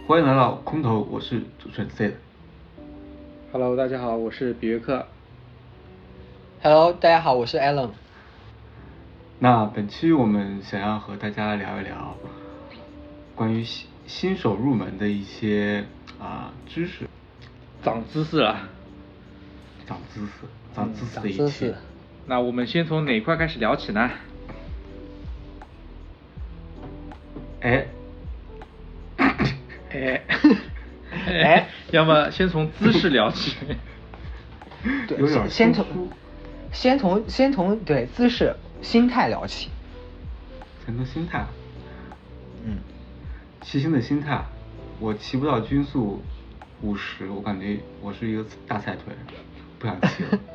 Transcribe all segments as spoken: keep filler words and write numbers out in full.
欢迎来到空投，我是主持人 C。 Hello， 大家好，我是比约克。 Hello， 大家好，我是 Alan。 那本期我们想要和大家聊一聊关于新新手入门的一些啊、呃、知识， 长知识了， 长知识，长知识的一期。 嗯、 那我们先从哪块开始聊起呢？ 哎， 哎，哎，要么先从姿势聊起。 对， 有点先从先从先从对姿势、心态聊起。 先从心态。 嗯， 骑行的心态，我骑不到均速五十，我感觉我是一个大菜腿，不想骑了。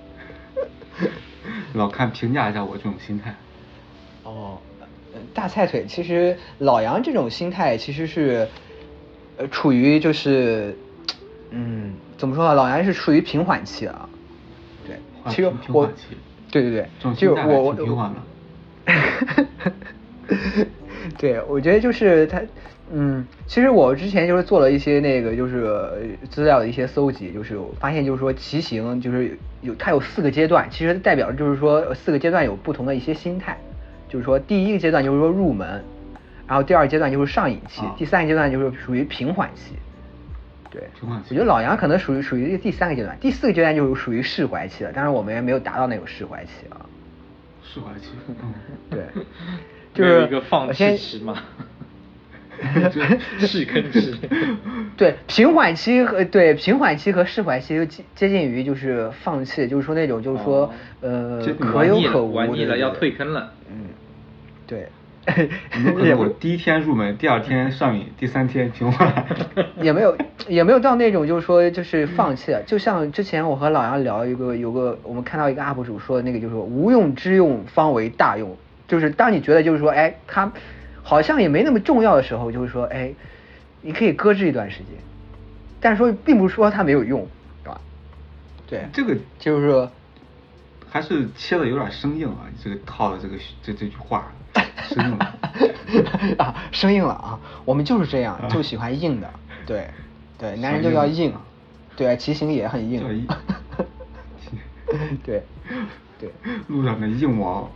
老看评价一下我这种心态。 哦，大菜腿，其实老杨这种心态其实是，呃，处于就是，嗯，怎么说呢？老杨是处于平缓期啊。对，其实我，对对对， 就我我平缓的。对，我觉得就是他，嗯，其实我之前就是做了一些那个就是资料的一些搜集，就是发现就是说骑行就是有它有四个阶段，其实代表就是说四个阶段有不同的一些心态，就是说第一个阶段就是说入门，然后第二阶段就是上瘾期， 啊、 第三个阶段就是属于平缓期。对， 平缓期。 我觉得老杨可能属于属于第三个阶段，第四个阶段就是属于释怀期了，当然我们也没有达到那种释怀期啊。 释怀期， 嗯，对。就是一个放弃期嘛，是跟是。 对，平缓期和对平缓期和释怀期接接近于就是放弃，就是说那种就是说、哦、呃可有可无， 玩腻了要退坑了。 嗯，对。 有可能我第一天入门，第二天上瘾，第三天平缓。 也没有也没有到那种就是说就是放弃了，就像之前我和老杨聊一个有个我们看到一个 U P 主说的那个就是说无用之用方为大用。就是当你觉得就是说，哎，它好像也没那么重要的时候，就是说，哎，你可以搁置一段时间，但是说并不是说它没有用，是吧？对， 这个就是说， 还是切的有点生硬啊！你这个套的这个这这句话，生硬了啊，生硬了啊！我们就是这样，啊、就喜欢硬的，对对，男人就要硬，对，骑行也很硬， 硬对对， 路上的硬王。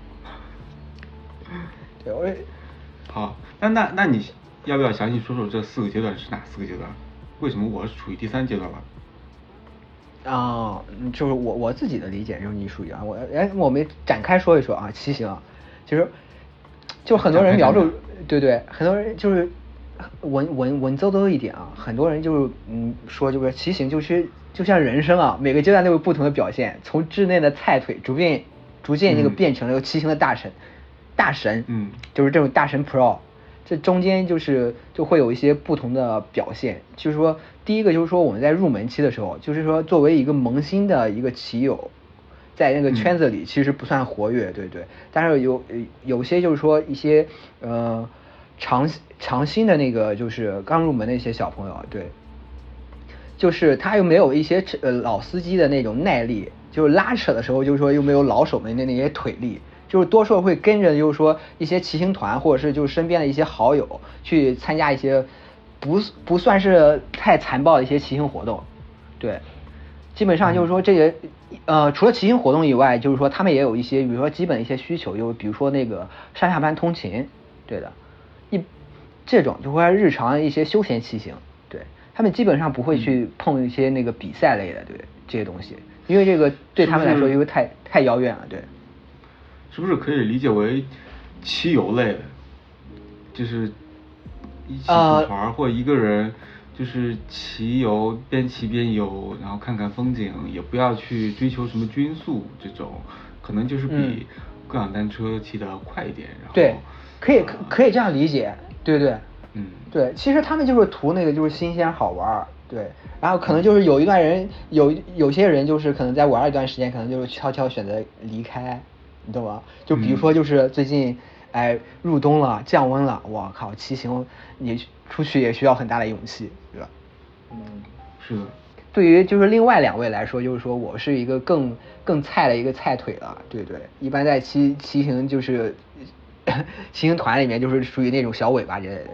对，我也好，那那那你要不要详细说说这四个阶段是哪四个阶段？为什么我是处于第三阶段了？ 啊、呃，就是我我自己的理解就是你属于啊，我哎，我们展开说一说啊，骑行啊，其实就很多人描述，对对，很多人就是文文文绉绉一点啊，很多人就是嗯说就是骑行就是就像人生啊，每个阶段都有不同的表现，从稚嫩的菜腿逐渐逐渐那个变成了骑行的大神。嗯大神， 嗯， 就是这种大神 Pro， 这中间就是就会有一些不同的表现。就是说，第一个就是说我们在入门期的时候，就是说作为一个萌新的一个骑友，在那个圈子里其实不算活跃，嗯、对对。但是有有些就是说一些呃长长新的那个就是刚入门的一些小朋友，对，就是他又没有一些呃老司机的那种耐力，就是拉扯的时候就是说又没有老手们的那些腿力。就是多数会跟着，就是说一些骑行团，或者是就是身边的一些好友去参加一些不不算是太残暴的一些骑行活动，对，基本上就是说这些呃除了骑行活动以外，就是说他们也有一些，比如说基本一些需求，就比如说那个上下班通勤，对的，一这种就会日常一些休闲骑行，对他们基本上不会去碰一些那个比赛类的，对这些东西，因为这个对他们来说因为太太遥远了，对。 是不是可以理解为骑游类的，就是一起组团或一个人就是骑游边骑边游，然后看看风景，也不要去追求什么均速，这种可能就是比共享单车骑得快一点。然后对，可以、呃、可以这样理解，对对， 嗯， 对，其实他们就是图那个就是新鲜好玩，对，然后可能就是有一段人有有些人就是可能在玩一段时间，可能就是悄悄选择离开。你懂吗？就比如说，就是最近，哎，入冬了，降温了，我靠，骑行你出去也需要很大的勇气，对吧？ 嗯，是的。 对于就是另外两位来说，就是说我是一个更更菜的一个菜腿了，对对。一般在骑骑行就是骑行团里面，就是属于那种小尾巴之类的。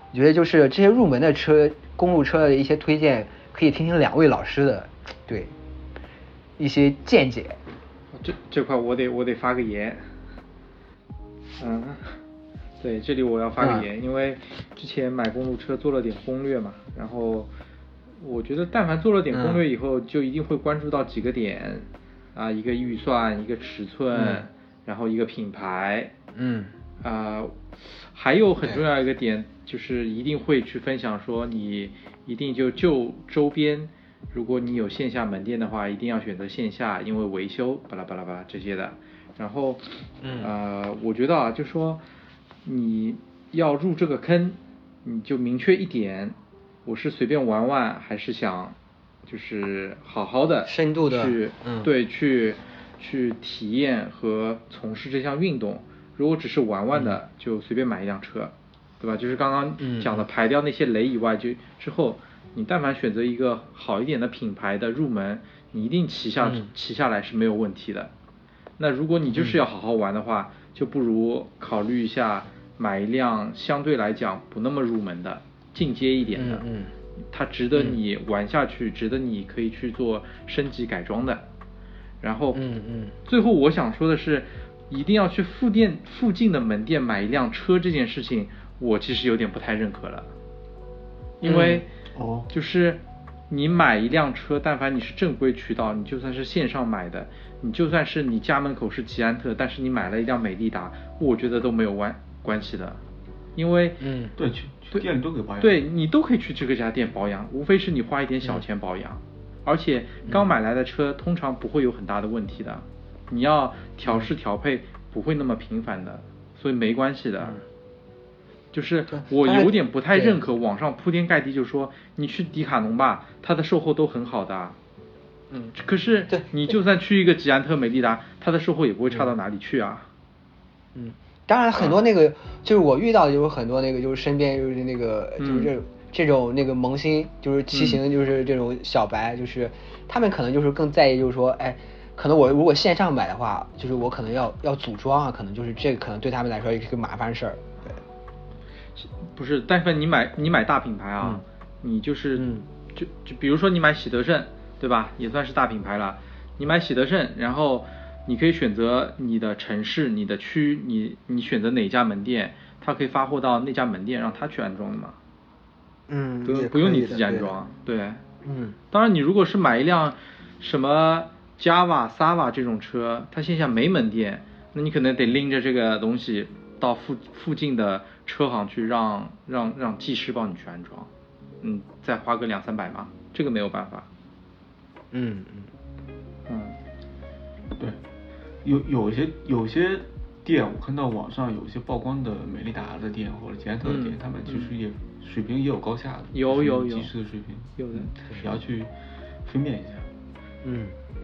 我觉得就是这些入门的车，公路车的一些推荐，可以听听两位老师的对一些见解。 这这块我得我得发个言。嗯，对，这里我要发个言，嗯、因为之前买公路车做了点攻略嘛，然后我觉得但凡做了点攻略以后，嗯、就一定会关注到几个点啊，一个预算，一个尺寸，嗯、然后一个品牌， 嗯啊，还有很重要一个点就是一定会去分享说你一定就就周边，如果你有线下门店的话，一定要选择线下，因为维修巴拉巴拉巴拉这些的。然后，嗯，呃，我觉得啊，就说你要入这个坑，你就明确一点，我是随便玩玩，还是想就是好好的深度的去， 嗯， 对，去去体验和从事这项运动。如果只是玩玩的，就随便买一辆车，对吧？就是刚刚讲的排掉那些雷以外，就之后你但凡选择一个好一点的品牌的入门，你一定骑下骑下来是没有问题的。那如果你就是要好好玩的话，就不如考虑一下买一辆相对来讲不那么入门的进阶一点的， 嗯， 它值得你玩下去，值得你可以去做升级改装的。然后， 嗯嗯， 最后我想说的是，一定要去附店附近的门店买一辆车这件事情，我其实有点不太认可了，因为哦， 就是你买一辆车，但凡你是正规渠道，你就算是线上买的，你就算是你家门口是捷安特，但是你买了一辆美利达，我觉得都没有关关系的，因为嗯， 对，去去店里都可以保养， 对你都可以去这个家店保养，无非是你花一点小钱保养，嗯、而且刚买来的车通常不会有很大的问题的，你要调试调配不会那么频繁的，所以没关系的。嗯，就是我有点不太认可网上铺天盖地就说你去迪卡侬吧，它的售后都很好的， 嗯， 可是你就算去一个捷安特美利达，它的售后也不会差到哪里去啊。 嗯，当然很多那个、嗯、就是我遇到的就是很多那个就是身边就是那个、嗯、就是这这种那个萌新就是骑行就是这种小白、嗯、就是他们可能就是更在意就是说哎。可能我如果线上买的话，就是我可能要要组装啊，可能就是这个可能对他们来说也是个麻烦事儿。对， 不是，但凡你买你买大品牌啊，嗯、你就是、嗯、就就比如说你买喜德盛，对吧？也算是大品牌了。你买喜德盛，然后你可以选择你的城市、你的区，你你选择哪家门店，它可以发货到那家门店让他去安装的嘛。 嗯， 不用不用你自己安装，对。对嗯， 当然你如果是买一辆什么Java、Sava 这种车，它线下没门店，那你可能得拎着这个东西到附附近的车行去让让让技师帮你去安装，嗯，再花个两三百嘛，这个没有办法。 嗯嗯嗯， 对，有有些有些店，我看到网上有一些曝光的美利达的店或者捷安特的店，嗯、他们其实也、嗯、水平也有高下的， 有有有技师的水平， 有的， 也要去分辨一下。 嗯。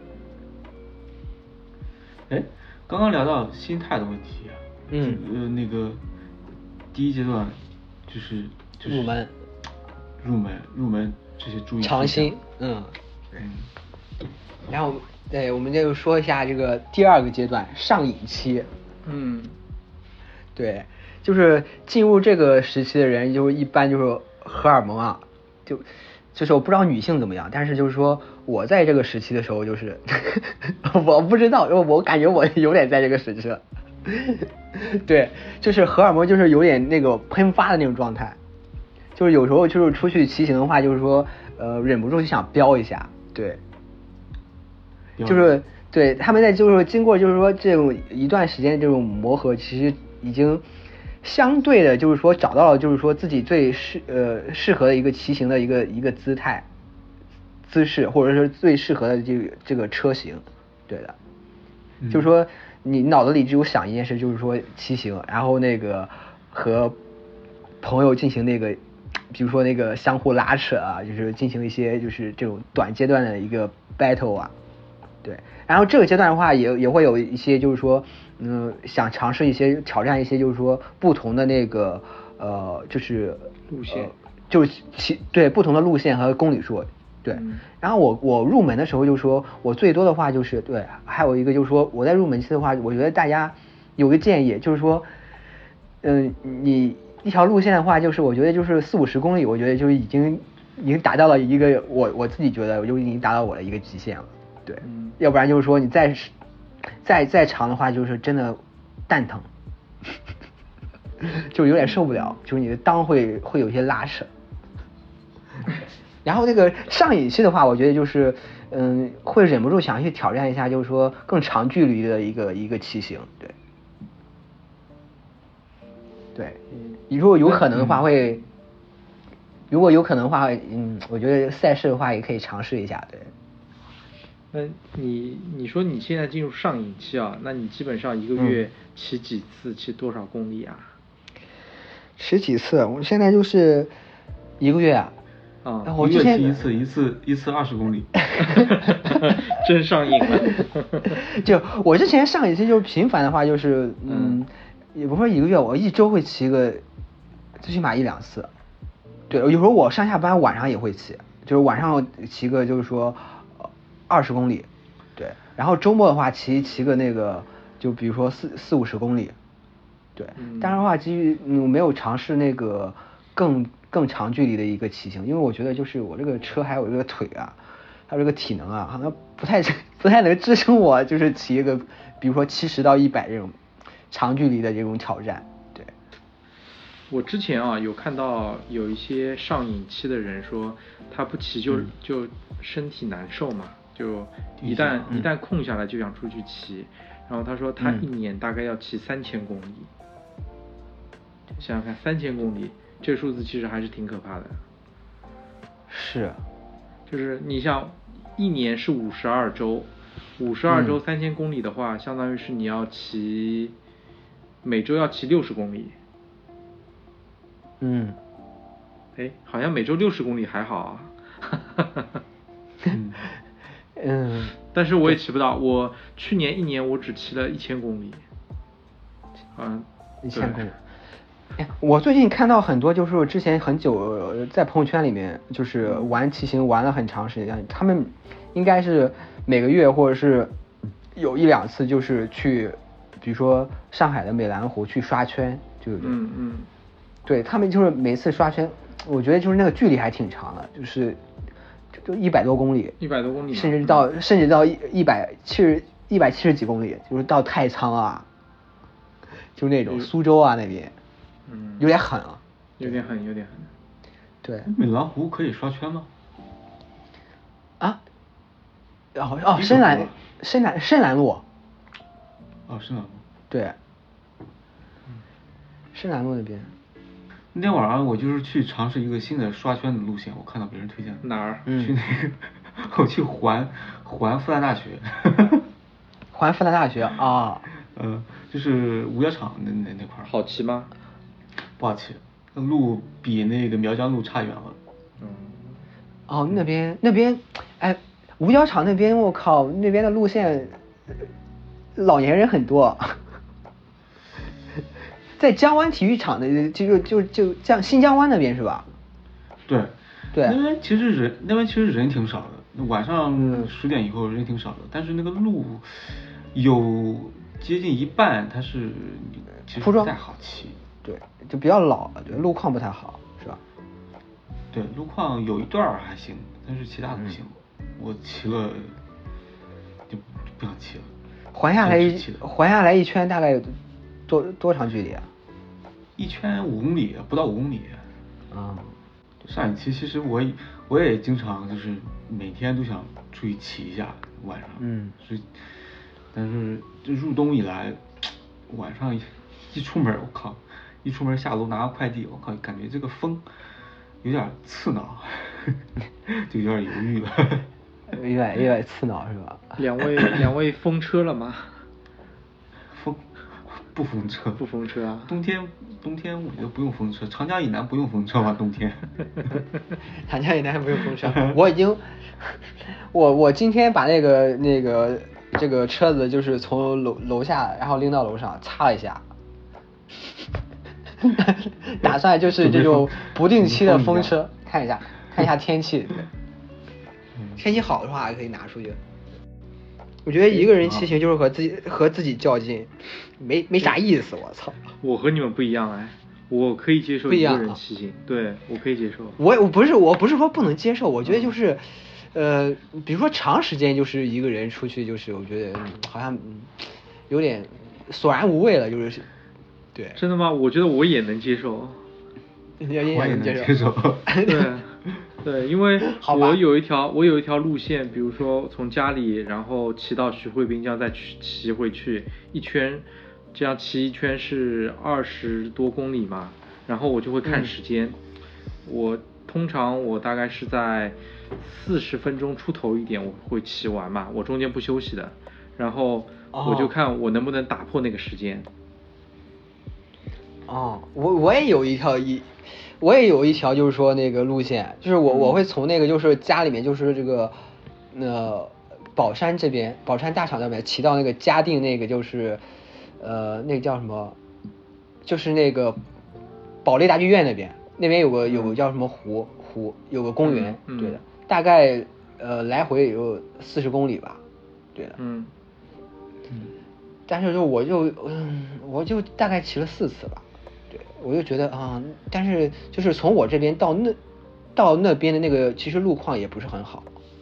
哎，刚刚聊到心态的问题啊， 嗯， 呃，那个第一阶段就是就是入门， 入门入门这些注意尝新，嗯， 嗯， 然后对，我们就说一下这个第二个阶段上瘾期， 嗯， 对，就是进入这个时期的人，就是一般就是荷尔蒙啊，就就是我不知道女性怎么样，但是就是说我在这个时期的时候，就是我不知道，我感觉我有点在这个时期了。对，就是荷尔蒙就是有点那个喷发的那种状态，就是有时候就是出去骑行的话，就是说呃忍不住就想飙一下，对，就是对他们在就是经过就是说这种一段时间这种磨合，其实已经相对的就是说找到了就是说自己最适呃适合的一个骑行的一个一个姿态姿势，或者是最适合的这个这个车型，对的，嗯、就是说你脑子里只有想一件事，就是说骑行，然后那个和朋友进行那个比如说那个相互拉扯啊，就是进行一些就是这种短阶段的一个 battle 啊，对，然后这个阶段的话也也会有一些就是说嗯想尝试一些挑战一些就是说不同的那个呃就是路线、呃、 就是其对不同的路线和公里数，对、嗯、然后我我入门的时候就说我最多的话就是对，还有一个就是说我在入门期的话，我觉得大家有个建议就是说嗯、呃、你一条路线的话，就是我觉得就是四五十公里，我觉得就已经已经达到了一个我我自己觉得我就已经达到我的一个极限了，对， 嗯、 要不然就是说你再再再长的话，就是真的蛋疼，就有点受不了，就是你的裆会会有些拉扯。然后那个上瘾期的话，我觉得就是嗯，会忍不住想去挑战一下，就是说更长距离的一个一个骑行，对。对，你如果有可能的话会，嗯、如果有可能的话，嗯，我觉得赛事的话也可以尝试一下，对。 那你你说你现在进入上瘾期啊，那你基本上一个月骑几次，骑多少公里啊？ 骑几次？我现在就是一个月啊。 啊、 嗯，我之前一次一次一次二十公里， 真上瘾了。 就我之前上一次就是频繁的话，就是嗯。嗯也不是说一个月，我一周会骑个最起码一两次。对，有时候我上下班晚上也会骑，就是晚上骑个就是说二十公里，对。然后周末的话骑骑个那个，就比如说四四五十公里，对。 嗯、 当然的话，基于嗯没有尝试那个更更长距离的一个骑行，因为我觉得就是我这个车还有这个腿啊，还有这个体能啊，好像不太不太能支撑我就是骑一个，比如说七十到一百这种。长距离的这种挑战，对。 我之前啊有看到有一些上瘾期的人说，他不骑就、嗯、就身体难受嘛，就一旦、嗯、一旦空下来就想出去骑，然后他说他一年大概要骑三千公里，嗯、想想看三千公里，这个数字其实还是挺可怕的。 是， 就是你像一年是五十二周，五十二周三千公里的话，嗯、相当于是你要骑。每周要骑六十公里， 嗯， 哎，好像每周六十公里还好啊， 嗯嗯， 但是我也骑不到，我去年一年我只骑了一千公里，嗯， 一千公里。哎，我最近看到很多，就是之前很久在朋友圈里面，就是玩骑行玩了很长时间，他们应该是每个月或者是有一两次就是去。比如说上海的美兰湖去刷圈，对不对？ 嗯嗯。 对，他们就是每次刷圈，我觉得就是那个距离还挺长的，就是就一百多公里， 一百多公里， 甚至到、嗯、甚至到一一百七十一百七十几公里，就是到太仓啊，就那种苏州啊那边， 嗯， 有点狠啊， 有点狠，有点狠。 对。 美兰湖可以刷圈吗？ 啊？哦哦，深蓝深蓝深蓝路。 哦，深蓝路。 对，深蓝路那边。 那天晚上我就是去尝试一个新的刷圈的路线，我看到别人推荐哪儿？ 去那个，我去环环复旦大学。 环复旦大学啊。 嗯，就是五角场那那那块儿。 好骑吗？ 不好骑，路比那个苗江路差远了。 嗯。 哦，那边那边，哎，五角场那边，我靠，那边的路线。老年人很多，在江湾体育场的就就就江新江湾那边是吧？ 对， 对， 那边其实人那边其实人挺少的，晚上十点以后人挺少的，但是那个路有接近一半它是其实不太好骑， 对，就比较老了，对，路况不太好，是吧？ 对，路况有一段还行，但是其他不行，嗯、我骑了就不想骑了。 环下来一环下来一圈大概有多多长距离啊？ 一圈五公里，不到五公里。 啊、嗯， 上一期其实我我也经常就是每天都想出去骑一下晚上， 嗯， 是，但是这入冬以来，晚上一一出门，我靠，一出门下楼拿个快递，我靠，感觉这个风有点刺挠，就有点犹豫了。 有点有点刺挠是吧？ 两位两位封车了吗？ 封不封车？ 不封车啊？ 冬天冬天我觉得不用封车，长江以南不用封车吧？冬天。 长江以南不用封车，我已经，我我今天把那个那个这个车子就是从楼楼下然后拎到楼上擦了一下，打算就是这种不定期的封车，看一下看一下天气。天气好的话还可以拿出去。我觉得一个人骑行就是和自己和自己较劲，没没啥意思，我操。 我和你们不一样哎， 我可以接受一个人骑行，对我可以接受。 我我不是我不是说不能接受，我觉得就是，嗯、呃，比如说长时间就是一个人出去，就是我觉得、嗯、好像、嗯、有点索然无味了，就是，对。 真的吗？我觉得我也能接受。 我也能接受。 对，对，因为我有一条我有一条路线，比如说从家里然后骑到徐汇滨江再去骑回去一圈。这样骑一圈是二十多公里嘛，然后我就会看时间，嗯、我通常我大概是在四十分钟出头一点我会骑完嘛，我中间不休息的，然后我就看我能不能打破那个时间。 哦，我我也有一条一，我也有一条就是说那个路线，就是我、嗯、我会从那个就是家里面就是这个呃宝山这边宝山大厂那边骑到那个嘉定那个就是。呃，那个叫什么？就是那个保利大剧院那边，那边有个有个叫什么湖湖，有个公园， 嗯、 对的，大概呃来回也有四十公里吧，对的， 嗯嗯，但是就我就嗯，我就大概骑了四次吧，对，我就觉得啊、嗯，但是就是从我这边到那到那边的那个，其实路况也不是很好。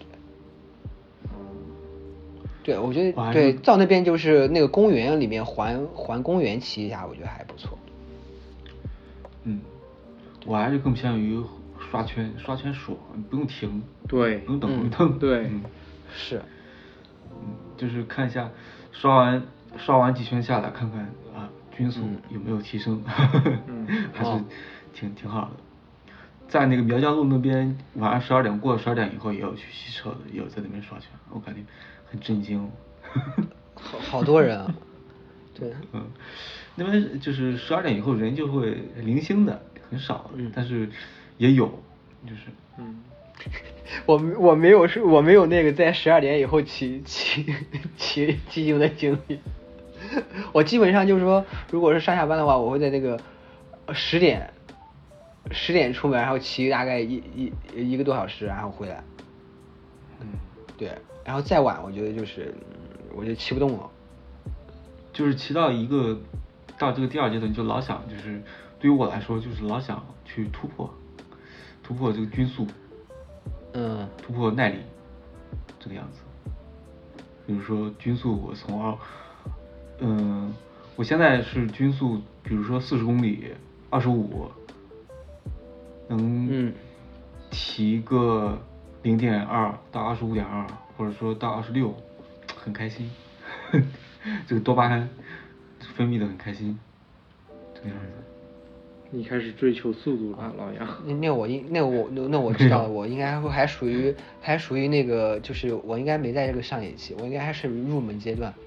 对，我觉得对，到那边就是那个公园里面环环公园骑一下，我觉得还不错。 嗯，我还是更偏向于刷圈，刷圈爽，不用停， 对， 不用等，不用等，对， 嗯， 是， 嗯，就是看一下刷完刷完几圈下来，看看啊均速有没有提升， 嗯， 还是挺挺好的。在那个苗江路那边，晚上十二点过了十二点以后也有去洗车的，也有在那边刷圈，我感觉很震惊。 好好多人啊，对， 嗯，那边就是十二点以后人就会零星的很少， 嗯， 但是也有，就是， 嗯， 我我没有是我没有那个在十二点以后骑骑骑骑行的经历，我基本上就是说，如果是上下班的话，我会在那个十点。十点出门，然后骑大概一一一个多小时，然后回来。 嗯， 对，然后再晚，我觉得就是，我就骑不动了。 就是骑到一个到这个第二阶段，就老想就是对于我来说，就是老想去突破，突破这个均速， 嗯， 突破耐力，这个样子。比如说均速，我从二，嗯，我现在是均速，比如说四十公里，二十五。能提个零点二到二十五点二，或者说到二十六，很开心。这个多巴胺分泌的很开心，这个样子。 你开始追求速度了，老杨。 那那我应那我那我知道了，我应该还属于还属于那个，就是我应该没在这个上野期，我应该还是入门阶段。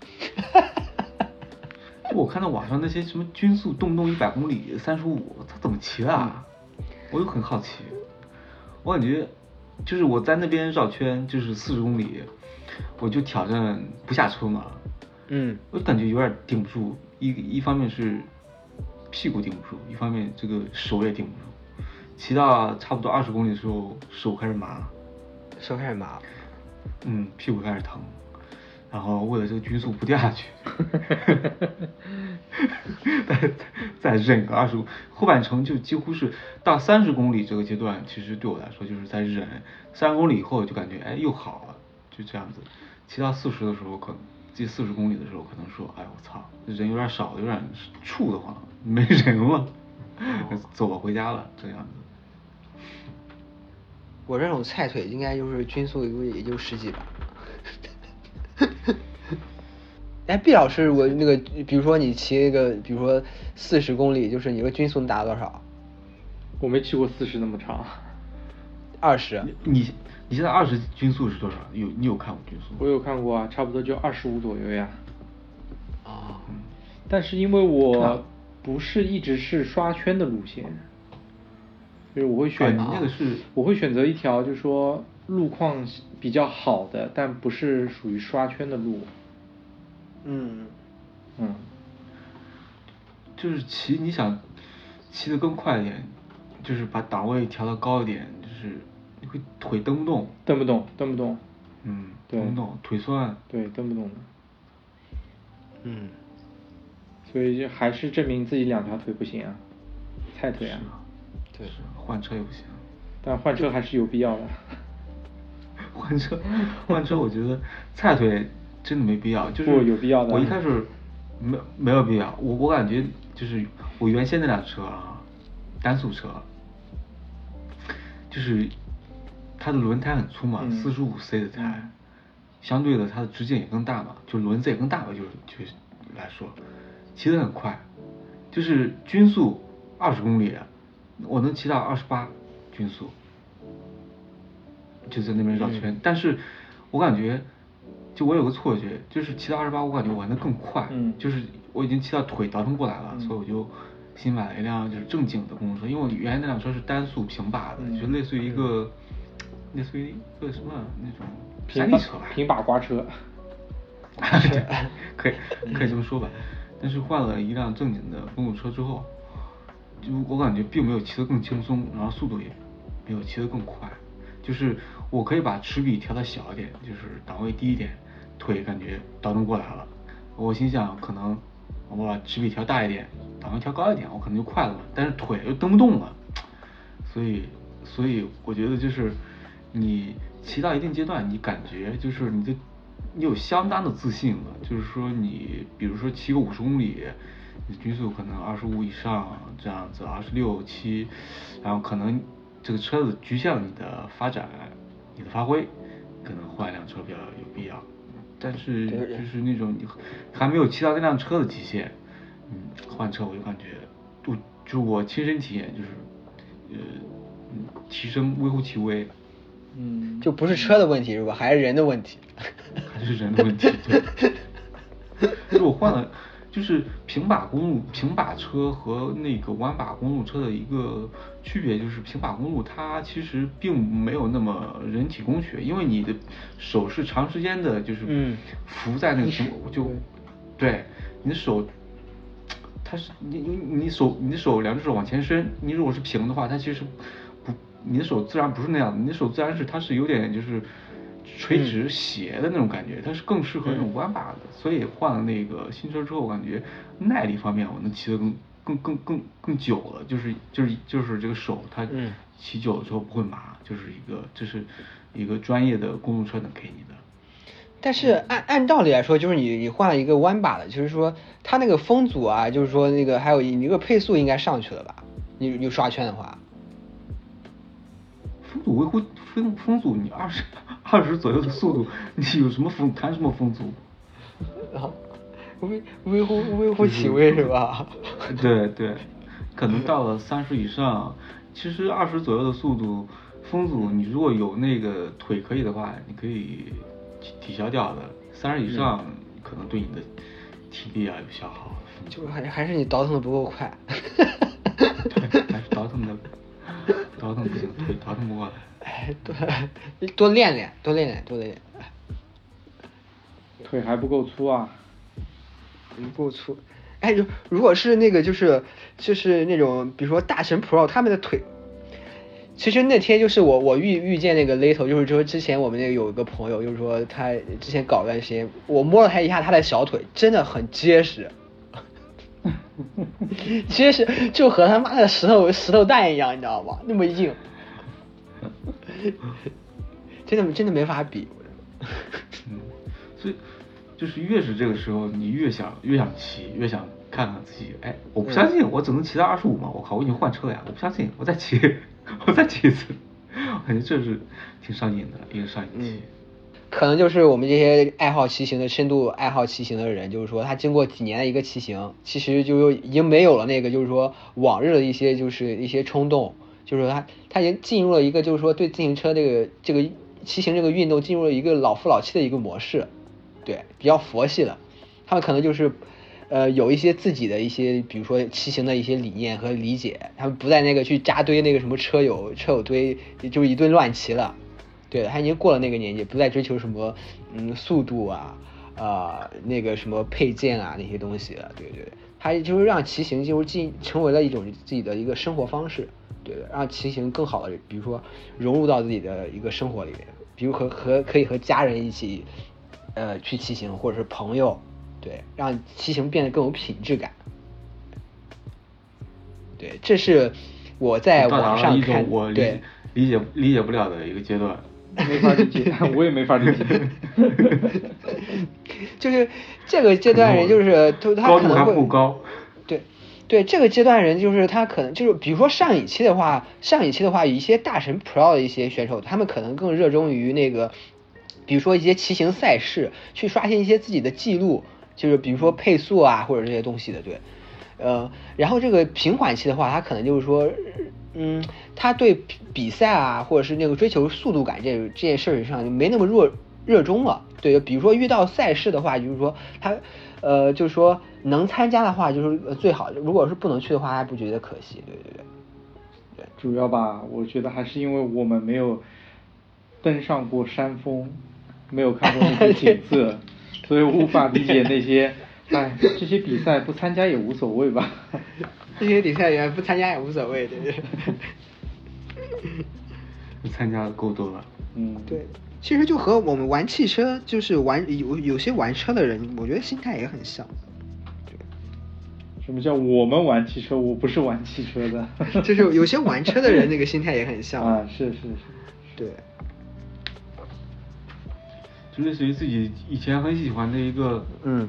我看到网上那些什么均速动不动一百公里三十五，他怎么骑的啊？嗯，我又很好奇，我感觉就是我在那边绕圈就是四十公里，我就挑战不下车嘛， 嗯， 我感觉有点顶不住，一一方面是屁股顶不住，一方面这个手也顶不住，骑到差不多二十公里的时候，手开始麻， 手开始麻， 嗯，屁股开始疼。然后为了这个均速不掉下去，再再忍个二十五，后半程就几乎是到三十公里这个阶段，其实对我来说就是在忍，三十公里以后就感觉哎又好了，就这样子。骑到四十的时候，可能骑四十公里的时候，可能说哎我操，人有点少，有点怵得慌，没人了，走吧回家了这样子。 我这种菜腿应该就是均速也就十几吧。哎，毕老师，我那个，比如说你骑那个，比如说四十公里，就是你的均速能达到多少？ 我没骑过四十那么长。 二十。 你你现在二十均速是多少？有你有看过均速？ 我有看过啊，差不多就二十五左右呀。 啊、 嗯。但是因为我不是一直是刷圈的路线，就是我会选， 啊、你那个是我会选择一条就是说路况比较好的，但不是属于刷圈的路。 嗯嗯， 就是骑你想骑得更快一点，就是把档位调得高一点，就是你会腿蹬不动， 蹬不动，蹬不动， 嗯， 对， 蹬不动，腿酸， 对，蹬不动的， 嗯， 所以就还是证明自己两条腿不行啊。 菜腿啊， 对， 换车也不行。 但换车还是有必要的。 换车，换车，我觉得菜腿真的没必要，就是不有必要的。 我一开始没没有必要，我我感觉就是我原先那辆车啊，单速车，就是它的轮胎很粗嘛，四十五 C 的胎，嗯、相对的它的直径也更大嘛，就轮子也更大嘛，就是就来说，骑得很快，就是均速二十公里，我能骑到二十八均速。就在那边绕圈，嗯、但是我感觉，就我有个错觉，就是骑到二十八，我感觉玩得更快， 嗯， 就是我已经骑到腿倒腾过来了， 嗯、 所以我就新买了一辆就是正经的公路车，因为我原来那辆车是单速平把的，嗯、就类似于一个，嗯、类似于一个什么那种山地车吧， 平把刮车， 对，可以可以这么说吧，但是换了一辆正经的公路车之后，就我感觉并没有骑得更轻松，然后速度也没有骑得更快。就是我可以把齿比调的小一点，就是档位低一点，腿感觉倒腾过来了。我心想可能我把齿比调大一点，档位调高一点，我可能就快了嘛。但是腿又蹬不动了，所以所以我觉得就是你骑到一定阶段，你感觉就是你的你有相当的自信了，就是说你比如说骑个五十公里，你均速可能二十五以上这样子，二十六七，然后可能。这个车子局限了你的发展，你的发挥，可能换一辆车比较有必要。但是就是那种你还没有骑到那辆车的极限，嗯，换车我就感觉，就就我亲身体验就是，呃，嗯，提升微乎其微。 嗯，就不是车的问题是吧？还是人的问题？ 还是人的问题，对。就是我换了。就是平把公路平把车和那个弯把公路车的一个区别，就是平把公路它其实并没有那么人体工学，因为你的手是长时间的，就是扶在那个平，嗯、就对你的手，它是你你你手你的手两只手往前伸，你如果是平的话，它其实不，你的手自然不是那样的，你的手自然是它是有点就是。垂直斜的那种感觉，它是更适合那种弯把的，嗯、所以换了那个新车之后，我感觉耐力方面我能骑得更更更更更久了，就是就是就是这个手它骑久了之后不会麻，就是一个这是一个专业的公路车能给你的。 但是按按道理来说，就是你你换了一个弯把的，就是说它那个风阻啊，就是说那个还有你那个配速应该上去了吧？你你刷圈的话。 风阻维护风风阻，你二十二十左右的速度，你有什么风谈什么风阻？ 啊，微微乎微乎其微是吧？ 对对，可能到了三十以上，其实二十左右的速度，风阻你如果有那个腿可以的话，你可以抵消掉的。三十以上、嗯、可能对你的体力啊有消耗。 就是还还是你倒腾的不够快。 对，还是倒腾的。倒腾不行，腿倒腾不过来。 哎，对，多练练，多练练，多练练。 腿还不够粗啊。 不够粗。哎，如如果是那个就是就是那种比如说大神 Pro 他们的腿，其实那天就是我我遇遇见那个 Lato， 就是说之前我们那个有一个朋友，就是说他之前搞段时间，我摸了他一下他的小腿，真的很结实。结实就和他妈的石头石头蛋一样，你知道吗？那么硬，真的真的没法比。 嗯，所以就是越是这个时候，你越想越想骑，越想看看自己。哎，我不相信，我只能骑到二十五嘛！我靠，我已经换车了呀！我不相信，我再骑，我再骑一次。我感觉这是挺上瘾的一个上瘾期。 嗯，可能就是我们这些爱好骑行的深度爱好骑行的人，就是说他经过几年的一个骑行，其实就已经没有了那个就是说往日的一些就是一些冲动，就是说他他已经进入了一个就是说对自行车这个这个骑行这个运动进入了一个老夫老妻的一个模式，对，比较佛系了。他们可能就是呃有一些自己的一些比如说骑行的一些理念和理解，他们不在那个去扎堆那个什么车友车友堆就一顿乱骑了。对，他已经过了那个年纪，不再追求什么嗯速度啊啊、呃、那个什么配件啊那些东西了，对对，他就是让骑行就是进成为了一种自己的一个生活方式，对的，让骑行更好的比如说融入到自己的一个生活里面，比如和和可以和家人一起呃去骑行，或者是朋友，对，让骑行变得更有品质感。对， 对，这是我在网上看， 我理对理解理解不了的一个阶段， 没法理解，我也没法理解。 就是这个阶段人，就是就他可能会高度还不高， 对。对这个阶段人，就是他可能就是，比如说上一期的话，上一期的话，有一些大神 Pro 的一些选手，他们可能更热衷于那个，比如说一些骑行赛事，去刷新一些自己的记录，就是比如说配速啊或者这些东西的，对，呃，然后这个平缓期的话，他可能就是说，嗯，他对比赛啊或者是那个追求速度感这这件事上就没那么热热衷了，对，比如说遇到赛事的话，就是说他。呃，就是说能参加的话，就是最好；如果是不能去的话，还不觉得可惜。对对对，对。 主要吧，我觉得还是因为我们没有登上过山峰，没有看过那些景色，所以无法理解那些。哎，这些比赛不参加也无所谓吧？ 这些比赛也不参加也无所谓，对对。 参加的够多了。 嗯， 对。其实就和我们玩汽车，就是玩有有些玩车的人，我觉得心态也很像。对。 什么叫我们玩汽车？我不是玩汽车的。 就是有些玩车的人，那个心态也很像。 啊，是是是。 对。 就类似于自己以前很喜欢的一个嗯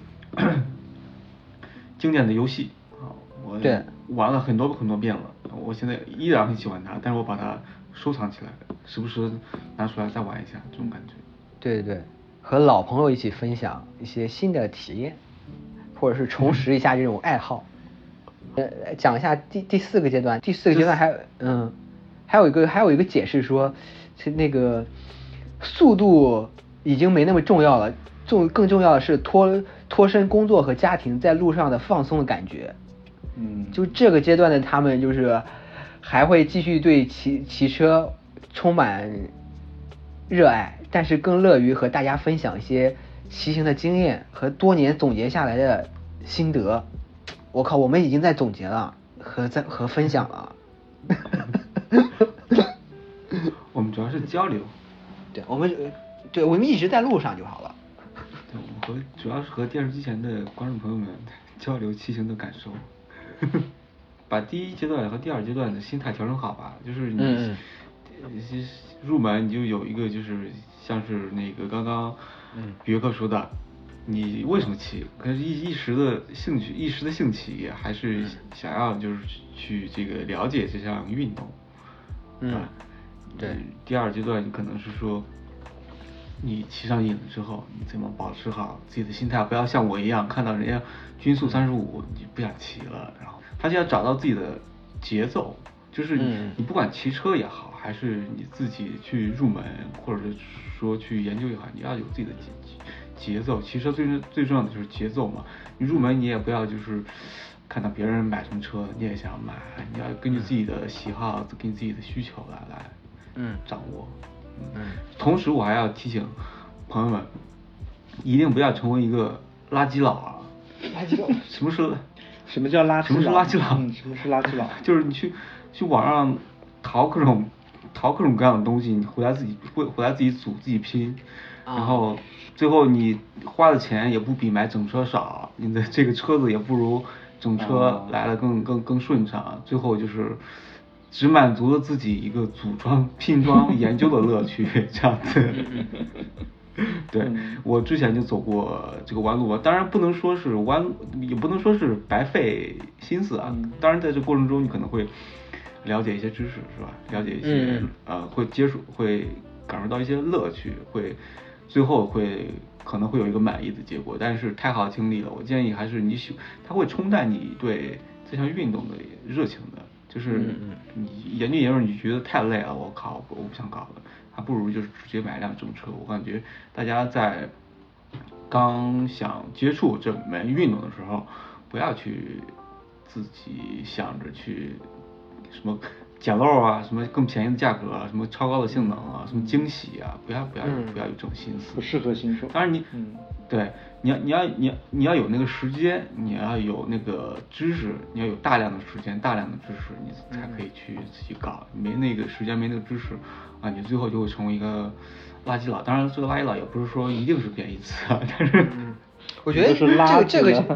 经典的游戏啊，我对玩了很多很多遍了，我现在依然很喜欢它，但是我把它收藏起来，时不时拿出来再玩一下，这种感觉。 对对对，和老朋友一起分享一些新的体验，或者是重拾一下这种爱好。呃，讲一下第第四个阶段，第四个阶段还有嗯，还有一个还有一个解释说，是那个速度已经没那么重要了，重更重要的是脱脱身工作和家庭在路上的放松的感觉。 嗯， 就这个阶段的他们就是还会继续对骑骑车充满热爱，但是更乐于和大家分享一些骑行的经验和多年总结下来的心得。我靠，我们已经在总结了和在和分享了。 我们主要是交流。 对，我们对我们一直在路上就好了。 对，我和主要是和电视机前的观众朋友们交流骑行的感受。把第一阶段和第二阶段的心态调整好吧，就是你、嗯、入门你就有一个就是像是那个刚刚约克说的，你为什么骑？可是一一时的兴趣，一时的兴起，还是想要就是去这个了解这项运动， 嗯，对。 第二阶段你可能是说，你骑上瘾了之后，你怎么保持好自己的心态，不要像我一样看到人家均速三十五，你不想骑了，然后他就要找到自己的节奏，就是你你不管骑车也好，还是你自己去入门，或者是说去研究也好，你要有自己的节节奏。骑车最最重要的就是节奏嘛。你入门你也不要就是看到别人买什么车你也想买，你要根据自己的喜好，根据自己的需求来来嗯掌握。嗯，同时我还要提醒朋友们，一定不要成为一个垃圾佬啊！ 垃圾佬？ 什么是？ 什么叫垃圾佬？ 什么是垃圾佬？ 嗯，什么是垃圾佬？ 就是你去去网上淘各种淘各种各样的东西，你回来自己回回来自己组自己拼，然后最后你花的钱也不比买整车少，你的这个车子也不如整车来的更更更顺畅，最后就是。只满足了自己一个组装、拼装、研究的乐趣，这样子。对，我之前就走过这个弯路，当然不能说是弯，也不能说是白费心思啊。当然，在这过程中你可能会了解一些知识，是吧？了解一些、嗯、呃，会接触，会感受到一些乐趣，会最后会可能会有一个满意的结果。但是太耗精力了，我建议还是你喜，它会冲淡你对这项运动的热情的。就是你研究研究，你觉得太累了，我靠，我不想搞了，还不如就是直接买一辆整车。我感觉大家在刚想接触这门运动的时候，不要去自己想着去什么捡漏啊，什么更便宜的价格啊，什么超高的性能啊，什么惊喜啊，不要不要不要有这种心思， 不适合新手。 当然你， 嗯， 对。你要你要你要你要有那个时间，你要有那个知识，你要有大量的时间、大量的知识，你才可以去自己搞。没那个时间、没那个知识啊，你最后就会成为一个垃圾佬。当然，这个垃圾佬也不是说一定是贬义词啊，但是、 嗯、我觉得这个这个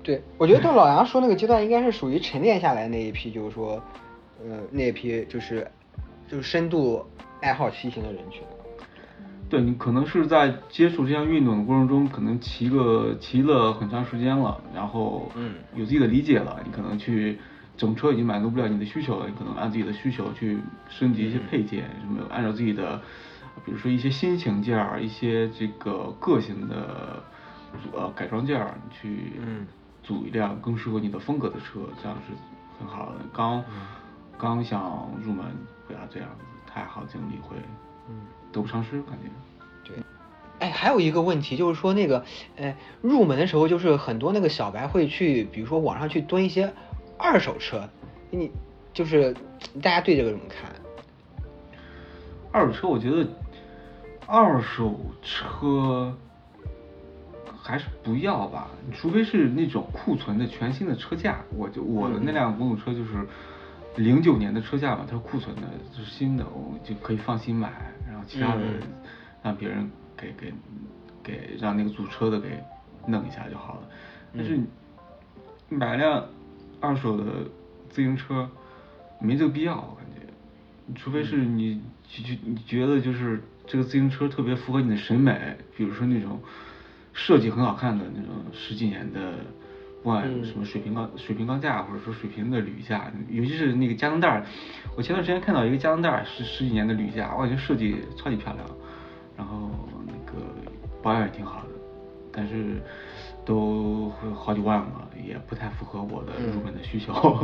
对，我觉得到老杨说那个阶段，应该是属于沉淀下来那一批，就是说，呃，那一批就是就是深度爱好骑行的人群。 对，你可能是在接触这项运动的过程中，可能骑个骑了很长时间了，然后嗯有自己的理解了，你可能去整车已经满足不了你的需求了，你可能按自己的需求去升级一些配件，什么按照自己的，比如说一些新型件儿，一些这个个性的呃改装件儿，你去嗯组一辆更适合你的风格的车，这样是很好的。刚刚想入门，不要这样子，太耗精力会。嗯，得不偿失，感觉。 对，哎，还有一个问题就是说，那个，呃，入门的时候，就是很多那个小白会去，比如说网上去蹲一些二手车，你就是大家对这个怎么看？ 二手车，我觉得二手车还是不要吧，除非是那种库存的全新的车架。我就我的那辆公路车就是零九年的车架嘛，它是库存的，就是新的，我就可以放心买。然后其他的让别人给给给让那个租车的给弄一下就好了。但是买辆二手的自行车没这个必要，我感觉，除非是你你你觉得就是这个自行车特别符合你的审美，比如说那种设计很好看的那种十几年的，不管什么水平钢水平钢架或者说水平的铝架，尤其是那个加能带，我前段时间看到一个加能带是十几年的铝架，我感觉设计超级漂亮，然后那个保养也挺好的，但是都好几万了，也不太符合我的入门的需求。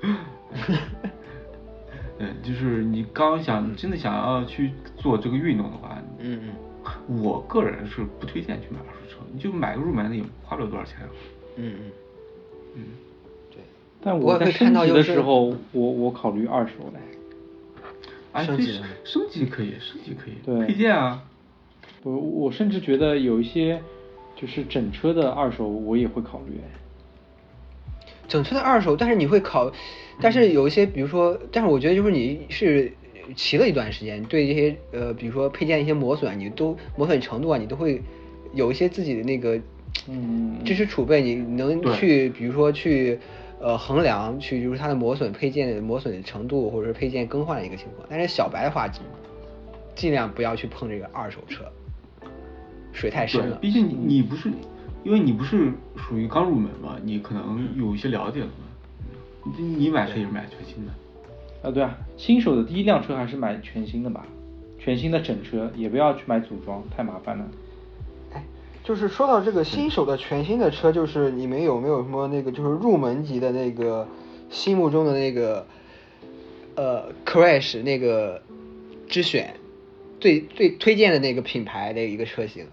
对，就是你刚想真的想要去做这个运动的话， 嗯嗯，我个人是不推荐去买二手车，你就买个入门的也花不了多少钱。 嗯嗯嗯， 对。 但我在升级的时候，我我考虑二手的。 哎，升级升级可以，升级可以， 对， 配件啊。 我我甚至觉得有一些就是整车的二手，我也会考虑。 整车的二手，但是你会考，但是有一些，比如说，但是我觉得就是你是骑了一段时间，对这些呃，比如说配件一些磨损，你都磨损程度啊，你都会有一些自己的那个嗯知识储备，你能去，比如说去呃衡量，去就是它的磨损配件的磨损的程度，或者是配件更换的一个情况。但是小白的话，尽量不要去碰这个二手车，水太深了。 毕竟你你不是。因为你不是属于刚入门嘛，你可能有一些了解了嘛。你你买车也是买全新的。 啊，对啊，新手的第一辆车还是买全新的吧，全新的整车，也不要去买组装，太麻烦了。 哎，就是说到这个新手的全新的车，就是你们有没有什么那个就是入门级的那个心目中的那个呃 Crash 那个之选最最推荐的那个品牌的一个车型？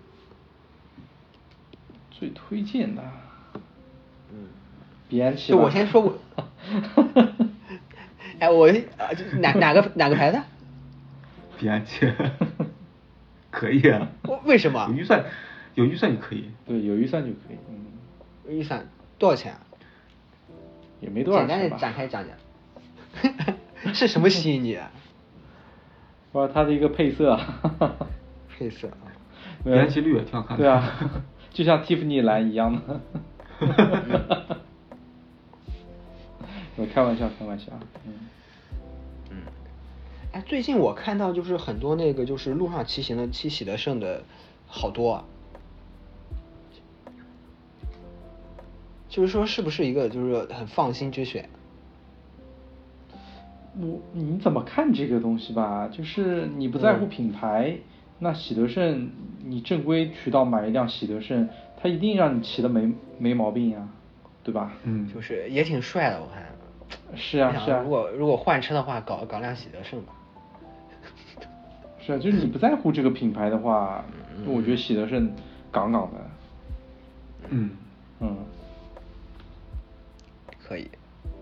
最推荐的， 嗯， 比安奇。 就我先说我，哎，我哪哪个哪个牌子？ 比安奇，可以啊。 为什么？ 有预算，有预算就可以。 对，有预算就可以。 嗯。预算多少钱啊？ 也没多少钱吧。 简单的展开讲讲。是什么吸引你啊？ 哇，它的一个配色。 配色啊。 比安奇绿也挺好看的。 对啊。就像蒂芙尼蓝一样的。我开玩笑，开玩笑。嗯。 嗯。哎，最近我看到就是很多那个就是路上骑行的骑喜德盛的好多啊。就是说是不是一个就是很放心之选？ 我你怎么看这个东西吧？就是你不在乎品牌。嗯，那喜德盛，你正规渠道买一辆喜德盛，它一定让你骑的没没毛病呀，对吧？ 嗯，就是也挺帅的，我看。 是啊是啊。 如果如果换车的话，搞搞辆喜德盛吧。 是啊，就是你不在乎这个品牌的话，嗯、我觉得喜德盛杠杠的。 嗯嗯。 可以。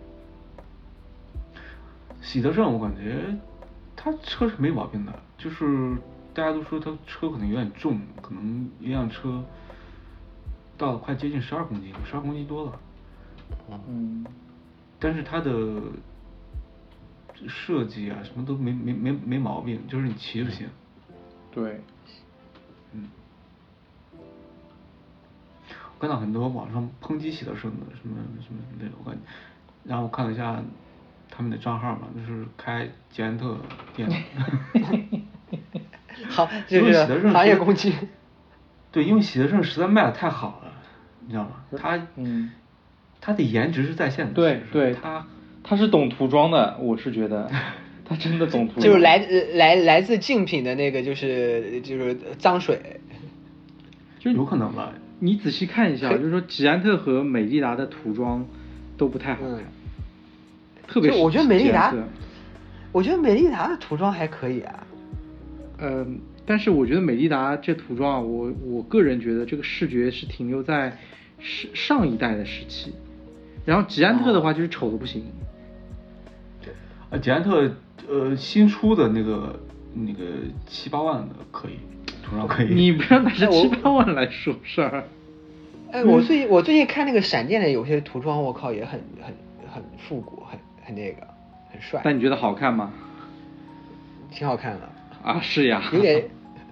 喜德盛我感觉它车是没毛病的，就是大家都说它车可能有点重，可能一辆车到了快接近十二公斤，十二公斤多了。 嗯。 但是它的设计啊什么都没没没没毛病，就是你骑就行。 对。 嗯。 看到很多网上抨击喜德盛的什么什么那种，我感觉，然后我看了一下他们的账号嘛，就是开捷安特店的。 好，这是行业攻击。 对，因为喜德盛实在卖的太好了，你知道吗？他嗯， 他的颜值是在线的。 对对， 他他是懂涂装的，我是觉得他真的懂涂装。 就是来来来自竞品的那个就是就是脏水， 就有可能吧。 你仔细看一下，就是说捷安特和美利达的涂装都不太好看，嗯、特别是我觉得美利达，我觉得美利达的涂装还可以啊。 呃，但是我觉得美利达这涂装啊，我我个人觉得这个视觉是停留在上上一代的时期，然后捷安特的话就是丑的不行。 对、哦，啊，捷安特呃新出的那个那个七八万的可以。涂装可以， 你不要拿着七八万来说事儿。 哎，我最近我最近看那个闪电的有些涂装，我靠，也很很很复古，很很那个，很帅。 但你觉得好看吗？ 挺好看的。 啊，是呀。 有点。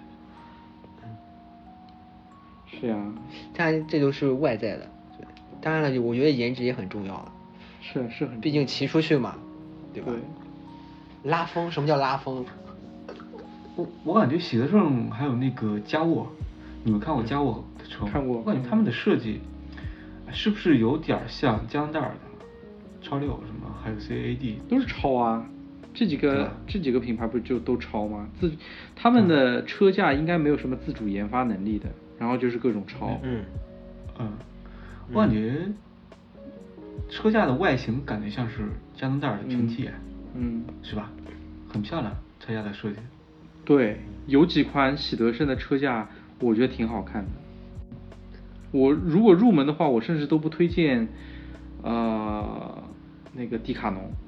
是呀。 当然，这都是外在的。当然了，我觉得颜值也很重要了。 是是很。 毕竟骑出去嘛，对吧？ 对。 拉风，什么叫拉风？ 我我感觉喜德盛还有那个嘉沃，你们看过嘉沃的车吗？ 看过。 我感觉他们的设计是不是有点像江南戴尔的超六什么，还有 C A D 都是抄啊？这几个这几个品牌不就都抄吗？自他们的车架应该没有什么自主研发能力的，然后就是各种抄。 嗯嗯，我感觉车架的外形感觉像是江南戴尔的平替， 嗯， 是吧？很漂亮，车架的设计。 对，有几款喜德盛的车架，我觉得挺好看的。我如果入门的话，我甚至都不推荐，呃，那个迪卡侬。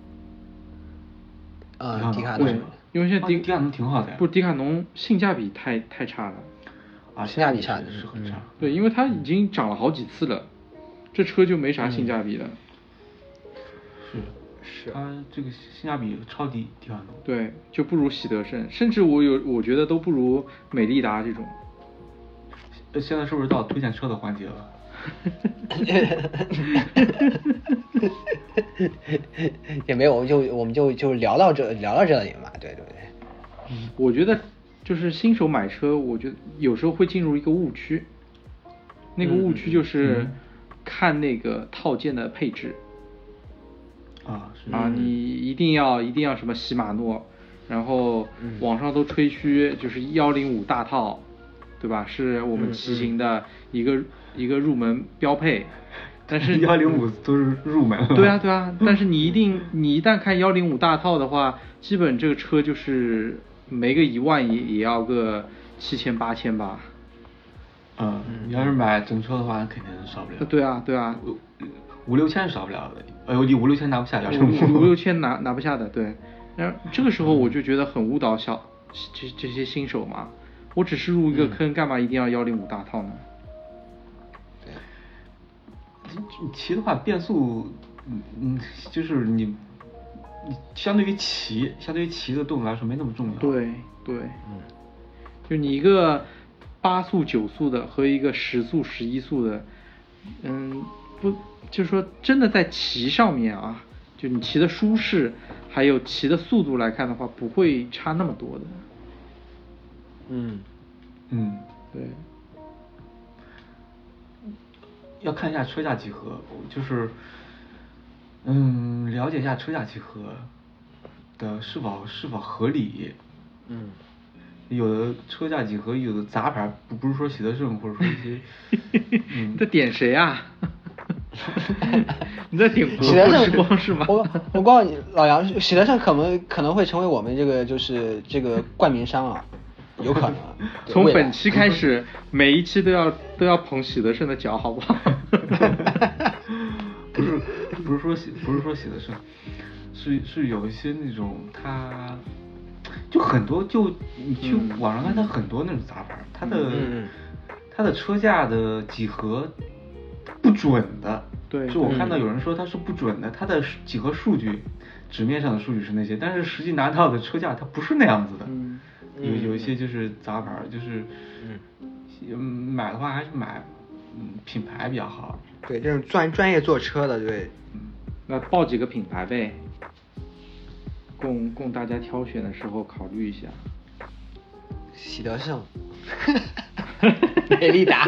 啊，迪卡侬。对，因为现在迪、 哦、迪卡侬挺好的呀。 不，迪卡侬性价比太太差了。 啊，性价比差的是很差。 对，因为它已经涨了好几次了，这车就没啥性价比了。 嗯、是。是。它这个性价比超低，迪卡侬。 对，就不如喜德盛，甚至我有我觉得都不如美利达这种。 现在是不是到推荐车的环节了？ 也没有，我们就我们就就聊到这聊到这里嘛，对对对。 嗯，我觉得就是新手买车，我觉得有时候会进入一个误区，那个误区就是看那个套件的配置。 啊是啊，你一定要一定要什么禧玛诺，然后网上都吹嘘就是幺零五大套。对吧？是我们骑行的一个、嗯嗯、一个入门标配，但是幺零五都是入门了。 对啊对啊，但是你一定你一旦看幺零五大套的话，基本这个车就是没个一万也也要个七千八千吧。 嗯，你要是买整车的话，肯定是少不了。 对啊对啊， 五六千是少不了的。哎呦，你五六千拿不下， 五五六千拿拿不下的，对。然后这个时候我就觉得很误导小这这些新手嘛。我只是入一个坑，嗯、干嘛一定要幺零五大套呢？ 对，你骑的话，变速，嗯嗯，就是你，你相对于骑，相对于骑的动力来说没那么重要。 对对，嗯，就你一个八速九速的和一个十速十一速的，嗯，不，就是说真的在骑上面啊，就你骑的舒适，还有骑的速度来看的话，不会差那么多的。 嗯嗯， 对， 要看一下车架几何，就是嗯，了解一下车架几何的是否是否合理。 嗯， 有的车架几何有的杂牌，不不是说喜德盛或者说一些， 嗯，在点谁啊？你在点喜德盛时光是吗？ 我我告诉你，老杨，喜德盛可能可能会成为我们这个就是这个冠名商啊。有可能， 从本期开始，每一期都要都要捧喜德盛的脚，好不好？ 不是不是说喜不是说喜德盛，是是有一些那种它就很多就你去网上看它很多那种杂牌，它的、嗯、它的车架的几何不准的。 对， 就我看到有人说它是不准的，它的几何数据纸面上的数据是那些，但是实际拿到的车架它不是那样子的。 嗯。 有有一些就是杂牌，就是嗯买的话还是买嗯品牌比较好。 对，这种专专业做车的，对。 嗯， 那报几个品牌呗，供供大家挑选的时候考虑一下。 喜德盛，美利达。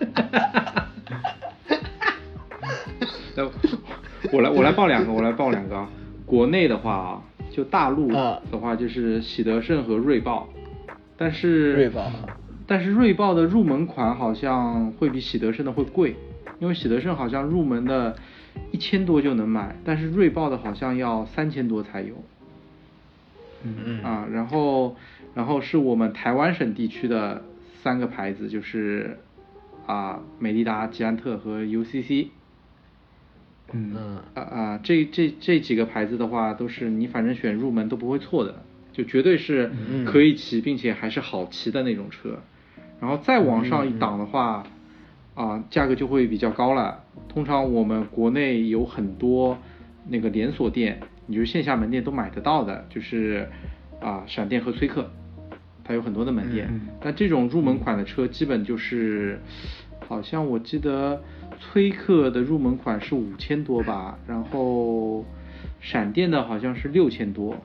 那我来我来报两个，我来报两个啊。国内的话啊，就大陆的话就是喜德盛和锐豹，但是锐豹， 但是锐豹的入门款好像会比喜德盛的会贵，因为喜德盛好像入门的一千多就能买，但是锐豹的好像要三千多才有。 嗯啊，然后然后是我们台湾省地区的三个牌子，就是啊美利达、捷安特和 U C C。 嗯啊啊，这这这几个牌子的话，都是你反正选入门都不会错的，就绝对是可以骑，并且还是好骑的那种车。然后再往上一档的话，啊，价格就会比较高了。通常我们国内有很多那个连锁店，你就是线下门店都买得到的，就是啊闪电和崔克，它有很多的门店。但这种入门款的车，基本就是好像我记得崔克的入门款是五千多吧，然后闪电的好像是六千多，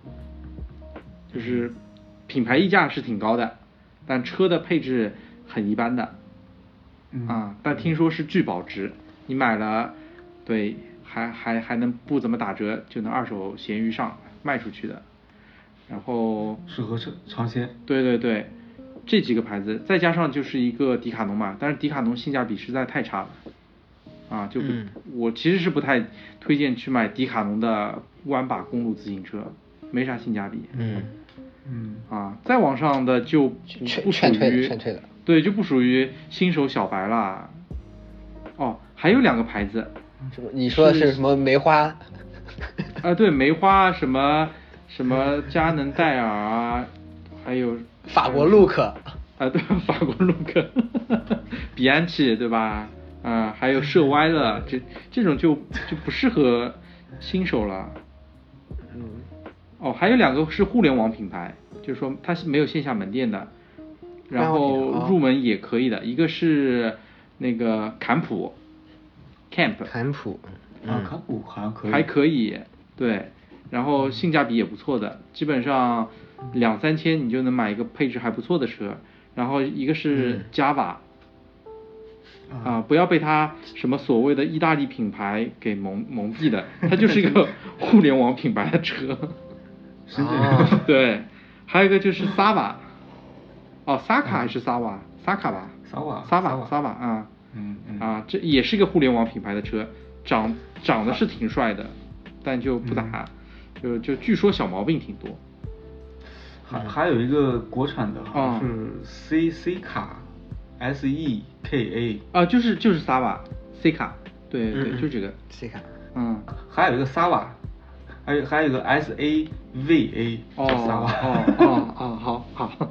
就是品牌溢价是挺高的，但车的配置很一般的。啊，但听说是巨保值，你买了，对，还还还能不怎么打折，就能二手闲鱼上卖出去的。然后适合尝尝鲜。 对对对，这几个牌子，再加上就是一个迪卡侬嘛，但是迪卡侬性价比实在太差了，啊，就不、嗯、我其实是不太推荐去买迪卡侬的弯把公路自行车，没啥性价比。 嗯嗯啊，再往上的就不不属于，对，就不属于新手小白了。哦，还有两个牌子， 什么？你说的是什么梅花？ 啊，对，梅花什么什么佳能戴尔啊，还有法国路克啊，对，法国路克，比安奇对吧？啊，还有涉歪了，这这种就就不适合新手了。 嗯。 哦，还有两个是互联网品牌，就是说它是没有线下门店的，然后入门也可以的。一个是那个坎普 ，Camp。 坎普。 啊，坎普好像可以。 还可以，对，然后性价比也不错的，基本上两三千你就能买一个配置还不错的车。然后一个是 Java。嗯、啊，不要被它什么所谓的意大利品牌给蒙蒙蔽的，它就是一个互联网品牌的车。 是这样。 对，还有一个就是 Sava， 哦 ，Saka 还是 Sava，Saka 吧 ，Sava，Sava，Sava 啊， 嗯嗯啊，这也是一个互联网品牌的车，长长得是挺帅的，但就不咋，嗯、就就据说小毛病挺多。 还还有一个国产的，好像是 C、嗯、C 卡 ，S E K A， 啊，就是就是 Sava C 卡，对对， 嗯、 就这个 C 卡， 嗯， 还有一个 Sava。还有还有个 S A V A， 哦哦哦哦，好好。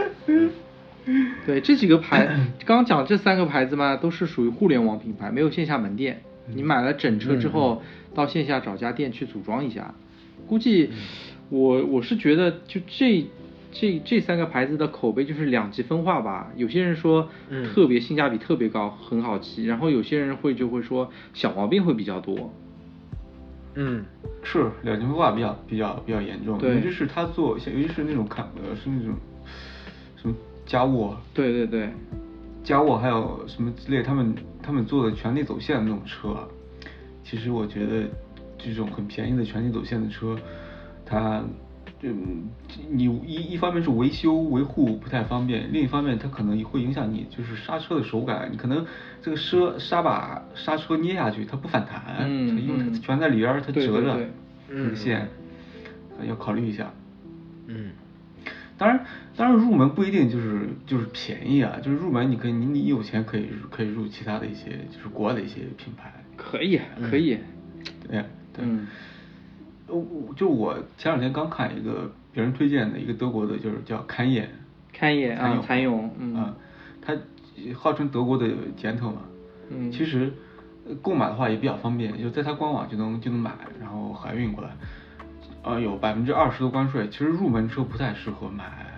对，这几个牌，刚刚讲这三个牌子嘛，都是属于互联网品牌，没有线下门店。你买了整车之后，嗯、到线下找家店去组装一下。估计我我是觉得，就这这这三个牌子的口碑就是两极分化吧。有些人说特别性价比特别高，很好骑，然后有些人会就会说小毛病会比较多。 嗯， 是两极分化比较比较比较严重， 对， 尤其是他做，尤其是那种看呃是那种什么加沃， 对对对， 加沃还有什么之类，他们他们做的全力走线的那种车，其实我觉得这种很便宜的全力走线的车，它嗯你一一方面是维修维护不太方便，另一方面它可能会影响你就是刹车的手感，你可能这个刹刹把刹车捏下去它不反弹， 嗯， 因为它全在里边它折着， 这个线要考虑一下。 嗯， 当然当然入门不一定就是就是便宜啊，就是入门你可以你你有钱可以可以入其他的一些就是国外的一些品牌， 可以可以， 对对。 嗯我就我前两天刚看一个别人推荐的一个德国的，就是叫堪叶， 堪叶啊，蚕蛹，嗯啊，它号称德国的捷安特嘛， 嗯， 其实购买的话也比较方便，就在它官网就能就能买，然后海运过来，呃，有百分之二十的关税。其实入门车不太适合买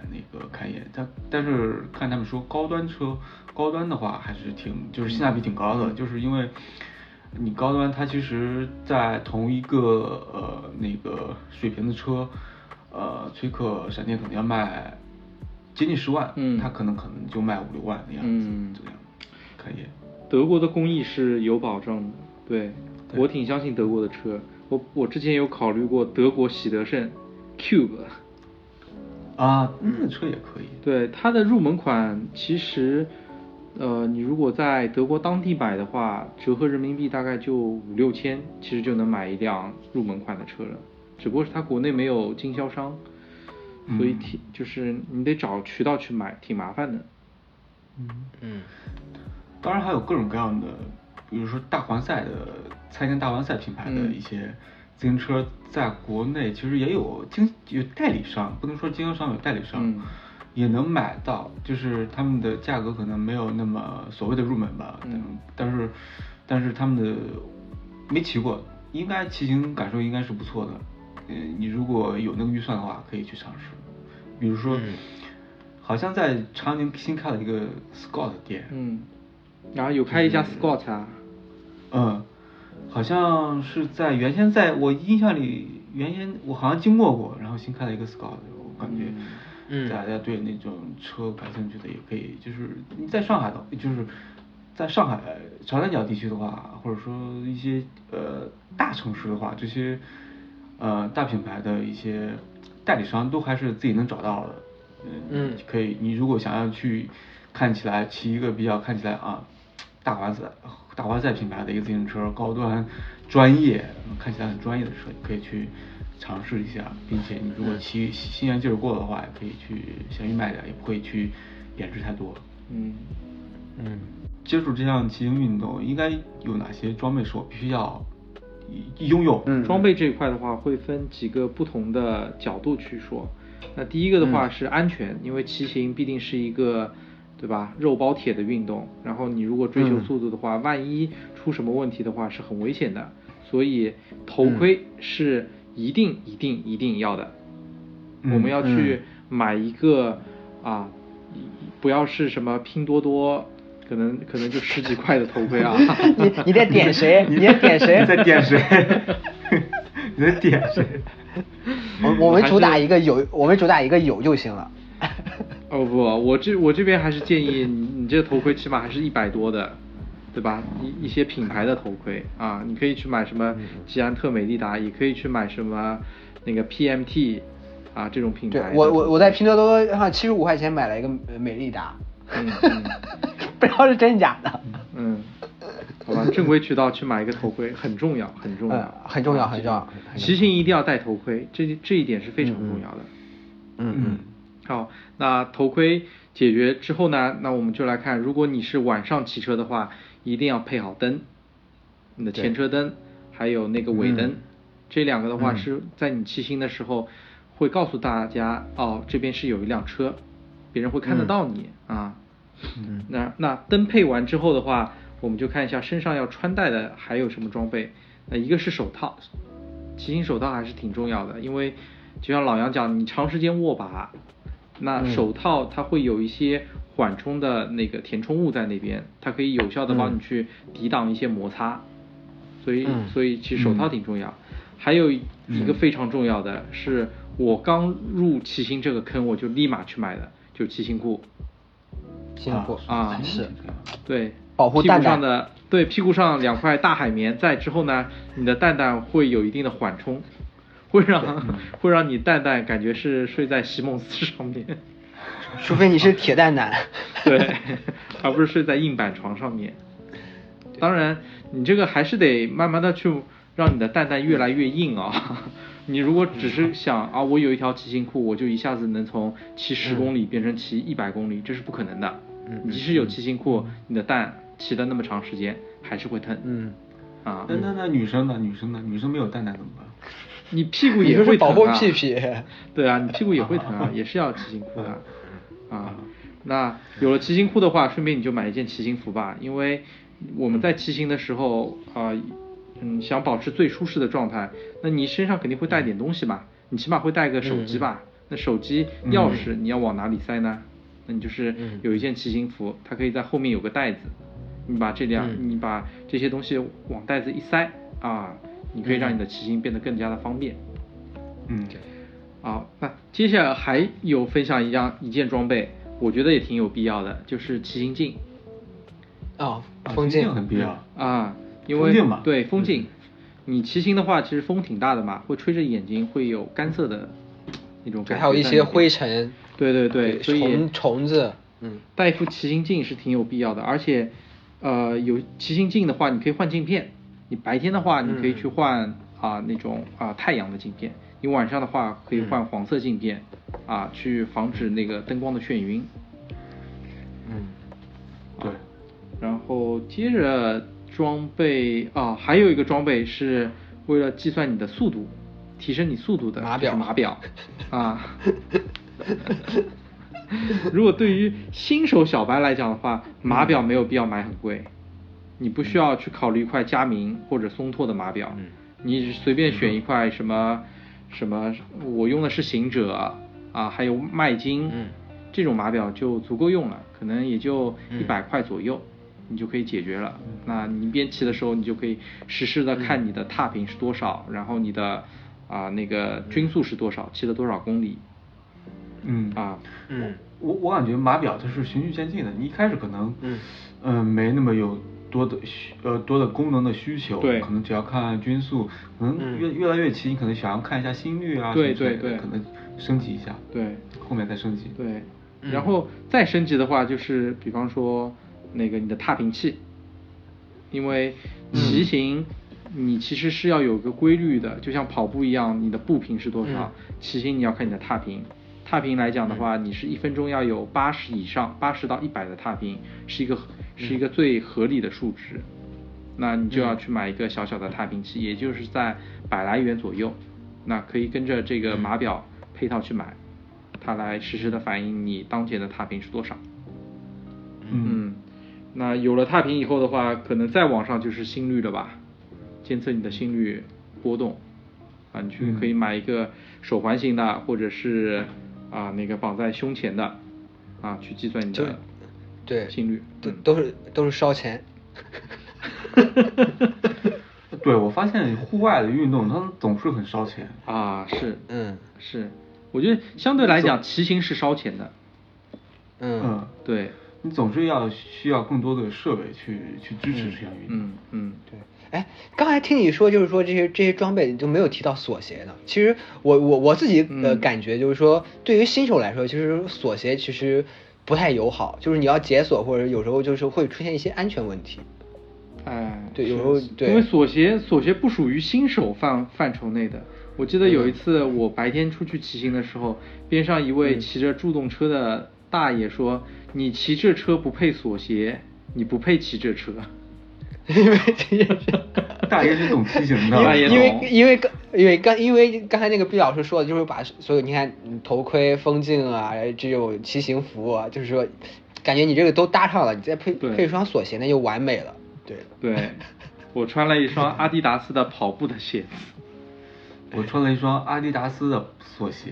那个开业，但但是看他们说高端车，高端的话还是挺就是性价比挺高的，嗯、就是因为你高端它其实，在同一个呃那个水平的车，呃崔克、闪电可能要卖接近十万， 嗯， 它可能可能就卖五六万的样子，嗯、这样开业。 德国的工艺是有保障的，对，对我挺相信德国的车。我我之前有考虑过德国喜德盛 Cube。 啊，那车也可以。 对，它的入门款其实，呃，你如果在德国当地买的话，折合人民币大概就五六千，其实就能买一辆入门款的车了。只不过是它国内没有经销商，所以挺、嗯、就是你得找渠道去买，挺麻烦的。 嗯嗯。当然还有各种各样的，比如说大环赛的参加大环赛品牌的一些自行车，在国内其实也有经有代理商，不能说经销商，有代理商、嗯、也能买到，就是他们的价格可能没有那么所谓的入门吧，嗯，但是但是他们的没骑过，应该骑行感受应该是不错的，嗯，你如果有那个预算的话，可以去尝试，比如说，嗯、好像在长宁新开了一个 Scott 店， 嗯。然后有开一家 Scott 啊， 嗯，好像是在原先在我印象里，原先我好像经过过，然后新开了一个 Scott， 我感觉，嗯，大家对那种车感兴趣的也可以，就是你在上海的，就是在上海长三角地区的话，或者说一些呃大城市的话，这些呃大品牌的一些代理商都还是自己能找到的，嗯，嗯可以，你如果想要去看起来骑一个比较看起来啊。大环赛、大环赛品牌的一个自行车，高端、专业，看起来很专业的车，可以去尝试一下，并且你如果骑新鲜劲儿过的话，也可以去闲鱼卖点，也不会去贬值太多。 嗯嗯，接触这项骑行运动，应该有哪些装备是我必须要拥有？ 嗯，装备这一块的话，会分几个不同的角度去说。那第一个的话是安全，嗯、因为骑行必定是一个。对吧？肉包铁的运动，然后你如果追求速度的话，嗯、万一出什么问题的话是很危险的，所以头盔是一定一定一定要的。嗯、我们要去买一个、嗯、啊，不要是什么拼多多，可能可能就十几块的头盔啊。 你你在点谁？你在点谁？ 你在点谁？你在点谁？ 我我们主打一个有，我们主打一个有就行了。 哦不，我这我这边还是建议你，你这个头盔起码还是一百多的，对吧？一一些品牌的头盔啊，你可以去买什么吉安特、美利达，也可以去买什么那个 P M T 啊这种品牌。 对，我我我在拼多多上七十五块钱买了一个美利达， 嗯嗯、 不知道是真假的。 嗯，好吧，正规渠道去买一个头盔很重要，很重要， 嗯、很重要，很重要。 骑行一定要戴头盔，这这一点是非常重要的。 嗯嗯。嗯好，那头盔解决之后呢，那我们就来看，如果你是晚上骑车的话，一定要配好灯，你的前车灯还有那个尾灯，嗯、这两个的话是在你骑行的时候会告诉大家，嗯、哦，这边是有一辆车，别人会看得到你、嗯、啊。 嗯， 那那灯配完之后的话，我们就看一下身上要穿戴的还有什么装备。那一个是手套，骑行手套还是挺重要的，因为就像老杨讲，你长时间握把。那手套它会有一些缓冲的那个填充物在那边，它可以有效的帮你去抵挡一些摩擦，嗯、所以所以其实手套挺重要。嗯、还有一个非常重要的是，我刚入骑行这个坑，我就立马去买的，就是骑行裤。 骑行裤啊， 是， 对， 保护蛋蛋屁股上的，对，屁股上两块大海绵，在之后呢，你的蛋蛋会有一定的缓冲。会让会让你蛋蛋感觉是睡在席梦思上面， 除非你是铁蛋蛋， 对，而不是睡在硬板床上面。当然，你这个还是得慢慢的去让你的蛋蛋越来越硬啊。你如果只是想啊，我有一条骑行裤，我就一下子能从骑十公里变成骑一百公里，这是不可能的。你即使有骑行裤，你的蛋骑了那么长时间还是会疼。 嗯， 啊， 那那那女生呢？女生呢？女生没有蛋蛋怎么办？ 你屁股也会疼啊， 保护屁屁。 对啊，你屁股也会疼啊，也是要骑行裤的啊。那有了骑行裤的话，顺便你就买一件骑行服吧，因为我们在骑行的时候啊、呃，嗯，想保持最舒适的状态，那你身上肯定会带点东西吧？你起码会带个手机吧，嗯、 那手机、钥匙你要往哪里塞呢？那你就是有一件骑行服，它可以在后面有个袋子，你把这两、嗯、你把这些东西往袋子一塞啊，你可以让你的骑行变得更加的方便。 嗯， 好，那接下来还有分享一样一件装备，我觉得也挺有必要的，就是骑行镜。 哦，风镜很必要啊，因为风镜嘛， 对风镜，嗯、你骑行的话，其实风挺大的嘛，会吹着眼睛，会有干涩的那种感觉， 还有一些灰尘。 对对对， 对所以虫虫子，嗯， 带一副骑行镜是挺有必要的，而且，呃，有骑行镜的话，你可以换镜片。你白天的话，你可以去换啊、嗯呃、那种啊、呃、太阳的镜片；你晚上的话，可以换黄色镜片，啊、嗯呃，去防止那个灯光的眩晕。 嗯， 对。 然后接着装备啊，还有一个装备是为了计算你的速度，提升你速度的码表， 码表啊。如果对于新手小白来讲的话，码表没有必要买很贵，你不需要去考虑一块佳明或者松拓的码表，你随便选一块什么什么，我用的是行者啊，还有麦金，这种码表就足够用了，可能也就一百块左右，你就可以解决了。那你边骑的时候，你就可以实时的看你的踏频是多少，然后你的啊那个均速是多少，骑了多少公里。 嗯啊， 嗯，我我感觉码表它是循序渐进的，你一开始可能，嗯，呃，没那么有多的需呃多的功能的需求， 对， 可能只要看均速，可能越、嗯、越来越骑，你可能想要看一下心率啊， 对对对， 可能升级一下， 对， 后面再升级， 对，然后再升级的话，就是比方说那个你的踏频器，因为骑行。嗯，你其实是要有个规律的，就像跑步一样，你的步频是多少？嗯、骑行你要看你的踏频。踏频来讲的话，嗯、你是一分钟要有八十以上，八十到一百的踏频，是一个是一个最合理的数值。嗯、那你就要去买一个小小的踏频器，嗯、也就是在百来元左右。那可以跟着这个码表配套去买，它来实时的反映你当前的踏频是多少。 嗯， 嗯那有了踏频以后的话，可能再往上就是心率了吧。监测你的心率波动，啊，你去可以买一个手环型的，或者是啊那个绑在胸前的，啊，去计算你的对心率， 都都是都是烧钱。 对，我发现户外的运动它总是很烧钱啊，是， 嗯， 是，我觉得相对来讲骑行是烧钱的， 嗯嗯， 对， 你总是要需要更多的设备去去支持这项运动， 嗯嗯， 对。哎，刚才听你说，就是说这些这些装备就没有提到锁鞋呢。其实我我我自己的感觉就是说，嗯、对于新手来说，其实锁鞋其实不太友好，就是你要解锁或者有时候就是会出现一些安全问题。 哎， 对，有时候对， 因为锁鞋锁鞋不属于新手范范畴内的。我记得有一次我白天出去骑行的时候，嗯、边上一位骑着助动车的大爷说：“嗯、你骑这车不配锁鞋，你不配骑这车。” 因为这件事， 大爷是懂骑行的， 因为因为刚因为刚因为刚才那个毕老师说的，就是把所有你看头盔、风镜啊，这种骑行服啊，就是说，感觉你这个都搭上了，你再配配一双锁鞋，那就完美了。对对，我穿了一双阿迪达斯的跑步的鞋子， 我穿了一双阿迪达斯的锁鞋。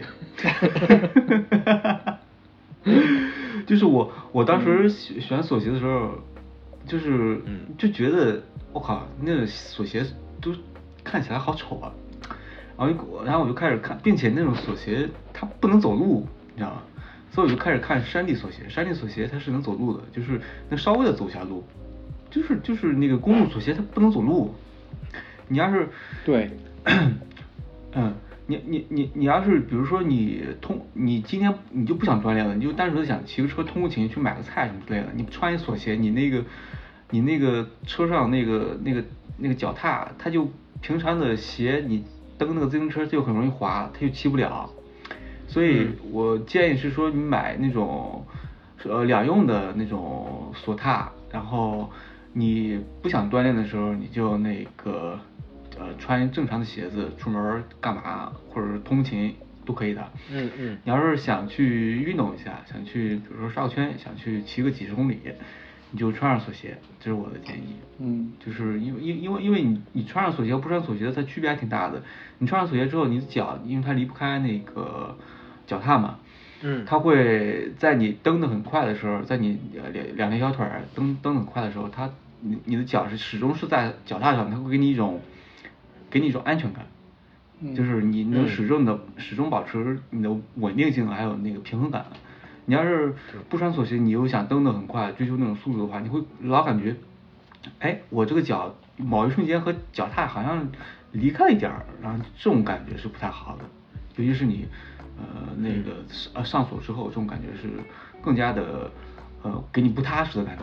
就是我我当时选锁鞋的时候。就是就觉得我靠，那个锁鞋都看起来好丑啊，然后然后我就开始看，并且那种锁鞋它不能走路，你知道吗？所以我就开始看山地锁鞋，山地锁鞋它是能走路的，就是能稍微的走下路，就是就是那个公路锁鞋它不能走路，你要是对， 嗯。你你你你要是比如说你通你今天你就不想锻炼了，你就单纯的想骑个车通个勤去买个菜什么之类的，你穿一锁鞋，你那个你那个车上那个那个那个脚踏，它就平常的鞋你蹬那个自行车就很容易滑，它就骑不了。所以我建议是说你买那种呃两用的那种锁踏，然后你不想锻炼的时候你就那个。呃，穿正常的鞋子出门干嘛，或者是通勤都可以的。 嗯嗯。 你要是想去运动一下，想去比如说绕圈，想去骑个几十公里，你就穿上锁鞋，这是我的建议。 嗯。 就是因为因因为因为你你穿上锁鞋和不穿锁鞋，它区别还挺大的。你穿上锁鞋之后，你的脚因为它离不开那个脚踏嘛， 嗯， 它会在你蹬得很快的时候，在你两两条小腿儿蹬蹬很快的时候，它你你的脚是始终是在脚踏上，它会给你一种给你一种安全感，就是你能始终的、嗯、始终保持你的稳定性还有那个平衡感。你要是不穿锁鞋，你又想蹬得很快，追求那种速度的话，你会老感觉，哎，我这个脚某一瞬间和脚踏好像离开了一点儿，然后这种感觉是不太好的，尤其是你呃那个呃上锁之后，这种感觉是更加的呃给你不踏实的感觉。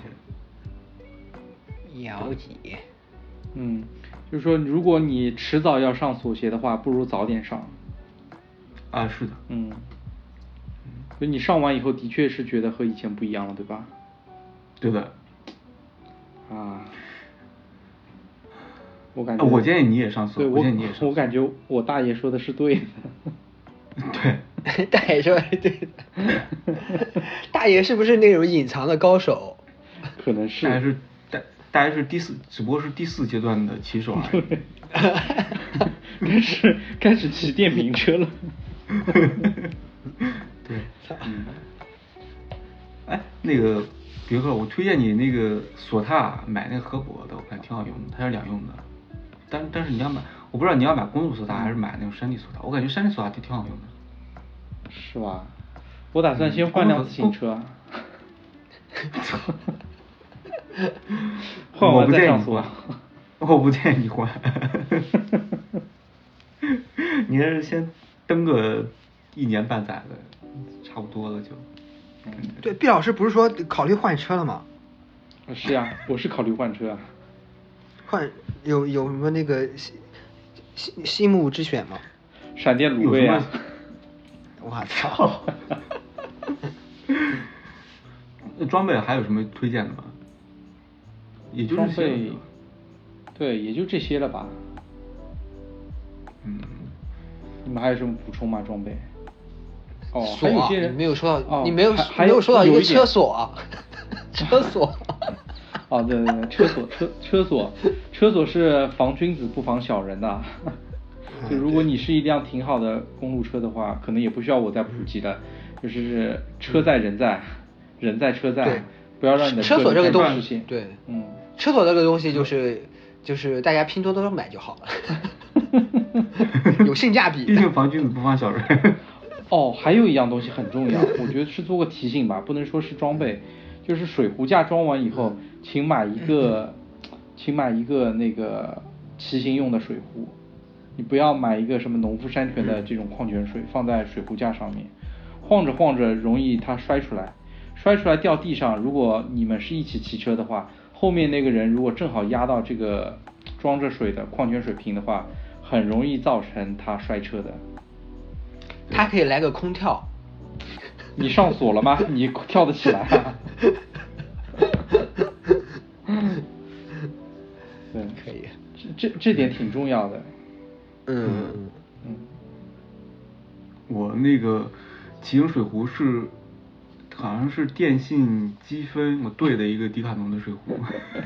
了解。 嗯，就是说如果你迟早要上锁鞋的话，不如早点上。 啊，是的。 嗯。就你上完以后，的确是觉得和以前不一样了，对吧？ 对的。 啊。我感觉。 我建议你也上锁。 对， 我建议你也上锁。 我感觉我大爷说的是对的。 对。大爷说的是对的。大爷是不是那种隐藏的高手？ 可能是。 大爷是大大爷是第四，只不过是第四阶段的骑手而已。 开始开始骑电瓶车了。 对，嗯，哎，那个，比如说，我推荐你那个锁踏买那个河伯的，我看挺好用的，它是两用的。但但是你要买，我不知道你要买公路锁踏还是买那种山地锁踏，我感觉山地锁踏挺挺好用的。 是吧？我打算先换辆自行车。换完再上锁。 我不建议你换。你还是先蹬个一年半载的，差不多了就。 对，毕老师不是说考虑换车了吗？ 是呀，我是考虑换车啊。 换有有什么那个心心心目之选吗？ 闪电卤味啊！ 我操！ 那装备还有什么推荐的吗？也就这些。 对，也就这些了吧。 嗯。 你们还有什么补充吗？装备？哦， 还有些人你没有说到， 哦、 你没有还没有说到一个车锁、 啊， 车锁。 哦，对对对，车锁车车锁车锁是防君子不防小人的。就如果你是一辆挺好的公路车的话，可能也不需要我再普及了。就是车在人在，人在车在，不要让你的车锁这个东西， 对， 嗯， 车锁这个东西就是就是大家拼多多买就好了。有性价比， 毕竟防君子不防小人。 哦，还有一样东西很重要，我觉得是做个提醒吧，不能说是装备，就是水壶架装完以后，请买一个，请买一个那个骑行用的水壶，你不要买一个什么农夫山泉的这种矿泉水放在水壶架上面，晃着晃着容易它摔出来，摔出来掉地上，如果你们是一起骑车的话，后面那个人如果正好压到这个装着水的矿泉水瓶的话，很容易造成他摔车的。 他可以来个空跳。 你上锁了吗？你跳得起来啊？对， 可以。 这这这点挺重要的。 嗯嗯嗯。我那个骑行水壶是好像是电信积分我兑的一个迪卡侬的水壶。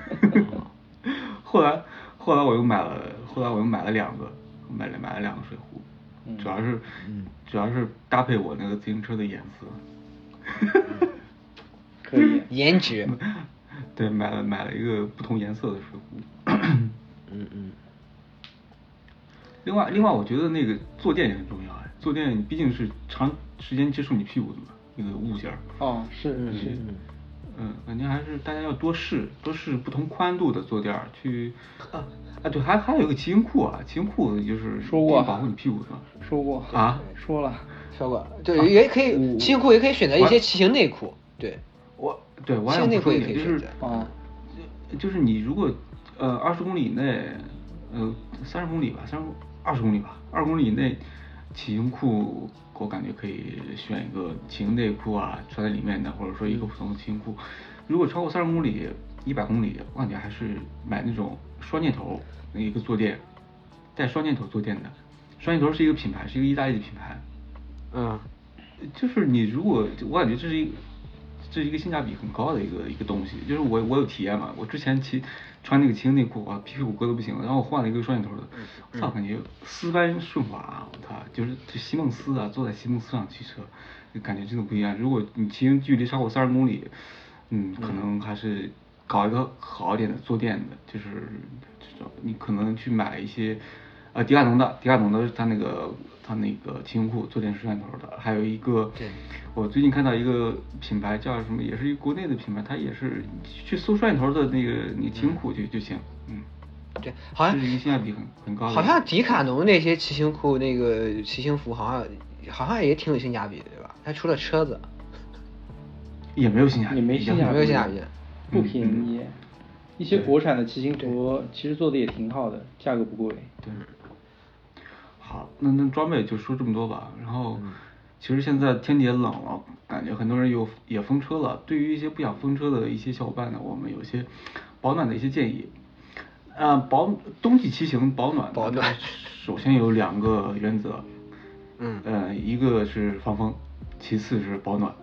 后来后来我又买了，后来我又买了两个，买了买了两个水壶，嗯、主要是、嗯、主要是搭配我那个自行车的颜色。 可以， 颜值。 对，买了买了一个不同颜色的水壶。 嗯嗯。 另外另外，我觉得那个坐垫也很重要哎，坐垫毕竟是长时间接触你屁股的嘛，一个物件儿。 哦，是是。 嗯嗯，感觉还是大家要多试，多试不同宽度的坐垫儿去。啊啊，对，还还有一个骑行裤啊，骑行裤就是说过保护你屁股的。 说过啊， 说了， 说过。对，啊、也可以骑行裤也可以选择一些骑行内裤。对， 我对我骑行内裤也可以选择啊，就是你如果呃二十公里以内，呃三十公里吧，三十二十公里吧，二十公里以内骑行裤。我感觉可以选一个骑行内裤啊，穿在里面的，或者说一个普通的骑行裤。如果超过三十公里、一百公里，我感觉还是买那种双箭头那一个坐垫，带双箭头坐垫的。双箭头是一个品牌，是一个意大利的品牌。 嗯， 就是你如果我感觉这是一，这这是一个性价比很高的一个一个东西。就是我我有体验嘛，我之前骑穿那个骑行内裤啊，屁股割的不行，然后我换了一个双线头的，我操，感觉丝般顺滑，我操，就是这席梦思啊，坐在席梦思上骑车，就感觉真的不一样。如果你骑行距离超过三十公里，嗯，可能还是搞一个好一点的坐垫的，就是这种你可能去买一些。呃，迪卡侬的，迪卡侬的，它那个它那个骑行裤坐垫是双线头的，还有一个，我最近看到一个品牌叫什么，也是一个国内的品牌，它也是去搜双线头的那个你骑行裤就、嗯、就行，嗯， 对，好像这是一个性价比很很高的。 好像迪卡侬那些骑行裤那个骑行服好像好像也挺有性价比的，对吧？它除了车子， 也没有性价比， 也没性价比， 没有性价比， 不便宜。嗯、一些国产的骑行服其实做的也挺好的，价格不贵。 对。好，那那装备就说这么多吧。然后，其实现在天也冷了，感觉很多人又也封车了。对于一些不想封车的一些小伙伴呢，我们有些保暖的一些建议。呃，保冬季骑行保暖， 保暖首先有两个原则， 嗯， 呃，一个是防风，其次是保暖。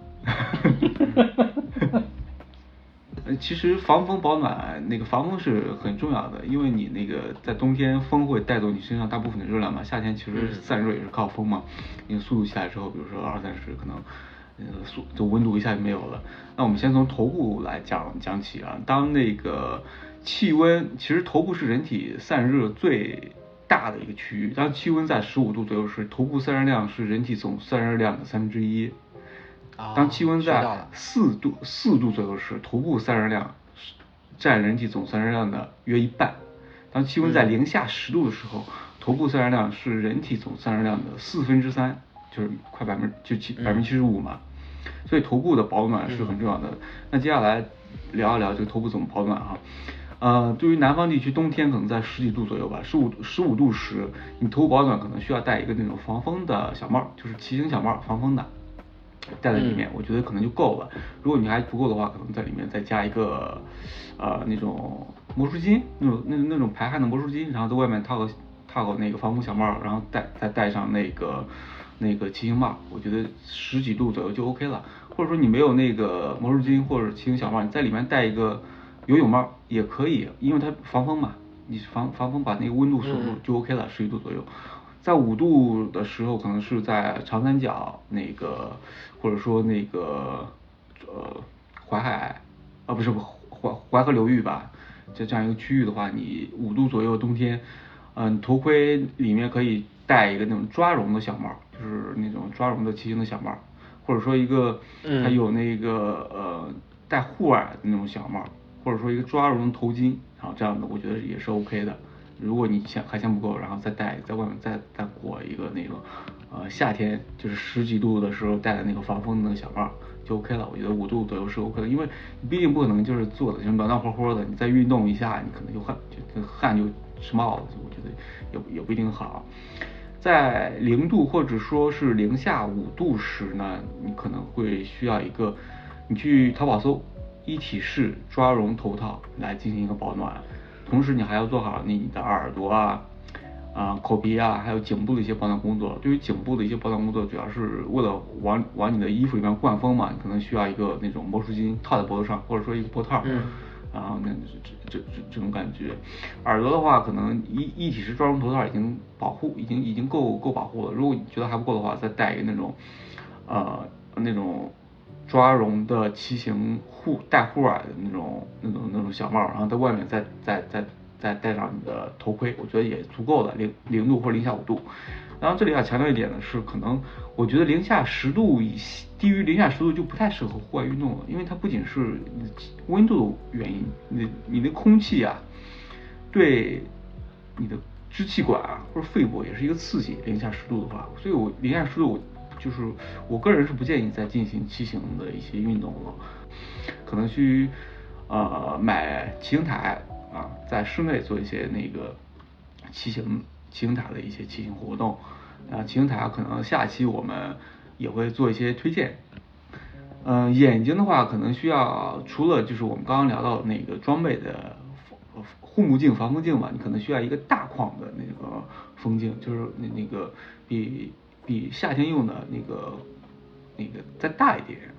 呃，其实防风保暖，那个防风是很重要的，因为你那个在冬天风会带走你身上大部分的热量嘛，夏天其实散热也是靠风嘛，因为速度下来之后，比如说二三十，可能呃速就温度一下就没有了。那我们先从头部来讲讲起啊，当那个气温，其实头部是人体散热最大的一个区域，当气温在十五度左右时，头部散热量是人体总散热量的三分之一。当气温在四度四度左右时，头部散热量占人体总散热量的约一半。当气温在零下十度的时候，头部散热量是人体总散热量的四分之三，就是快百分就七百分之七十五嘛。所以头部的保暖是很重要的。那接下来聊一聊这个头部怎么保暖哈。呃，对于南方地区，冬天可能在十几度左右吧，十五十五度时，你头部保暖可能需要戴一个那种防风的小帽，就是骑行小帽，防风的。戴在里面，我觉得可能就够了。如果你还不够的话，可能在里面再加一个，呃，那种魔术巾，那种那那种排汗的魔术巾，然后在外面套个套个那个防风小帽，然后戴再戴上那个那个骑行帽，我觉得十几度左右就 OK 了。或者说你没有那个魔术巾或者骑行小帽，你在里面戴一个游泳帽也可以，因为它防风嘛，你防防风把那个温度锁住就 OK 了，十几度左右。在五度的时候，可能是在长三角那个，或者说那个呃淮海啊不是淮淮河流域吧，在这样一个区域的话，你五度左右冬天，嗯、呃，头盔里面可以戴一个那种抓绒的小帽，就是那种抓绒的骑行的小帽，或者说一个它有那个呃带护耳的那种小帽，或者说一个抓绒头巾，然后这样的我觉得也是 OK 的。如果你嫌还嫌不够，然后再戴在外面再再裹一个那个，呃夏天就是十几度的时候戴的那个防风的那个小帽就 OK 了。我觉得五度左右是 OK 的，因为你毕竟不可能就是坐的就暖暖和和的，你再运动一下，你可能就汗就汗就直冒了，我觉得也也不一定好。在零度或者说是零下五度时呢，你可能会需要一个，你去淘宝搜一体式抓绒头套来进行一个保暖。同时，你还要做好你的耳朵啊、啊、呃、口鼻啊，还有颈部的一些保暖工作。对于颈部的一些保暖工作，主要是为了往往你的衣服里面灌风嘛，你可能需要一个那种魔术巾套在脖子上，或者说一个脖套，嗯，然后那这这这这种感觉。耳朵的话，可能一一体式抓绒头套已经保护，已经已经够够保护了。如果你觉得还不够的话，再戴一个那种，呃，那种。抓绒的骑行护带护耳的那种那种那种小帽，然后在外面再再再再戴上你的头盔，我觉得也足够了，零零度或者零下五度。然后这里要强调一点的是，可能我觉得零下十度以低于零下十度就不太适合户外运动了，因为它不仅是温度的原因，你你的空气啊，对你的支气管啊或者肺部也是一个刺激。零下十度的话，所以我零下十度我。就是我个人是不建议再进行骑行的一些运动了，可能去呃买骑行台啊，在室内做一些那个骑行骑行台的一些骑行活动啊，骑行台可能下期我们也会做一些推荐。嗯、呃，眼睛的话可能需要除了就是我们刚刚聊到那个装备的护目镜、防风镜嘛，你可能需要一个大框的那个风镜，就是那那个比。比夏天用的那个那个再大一点，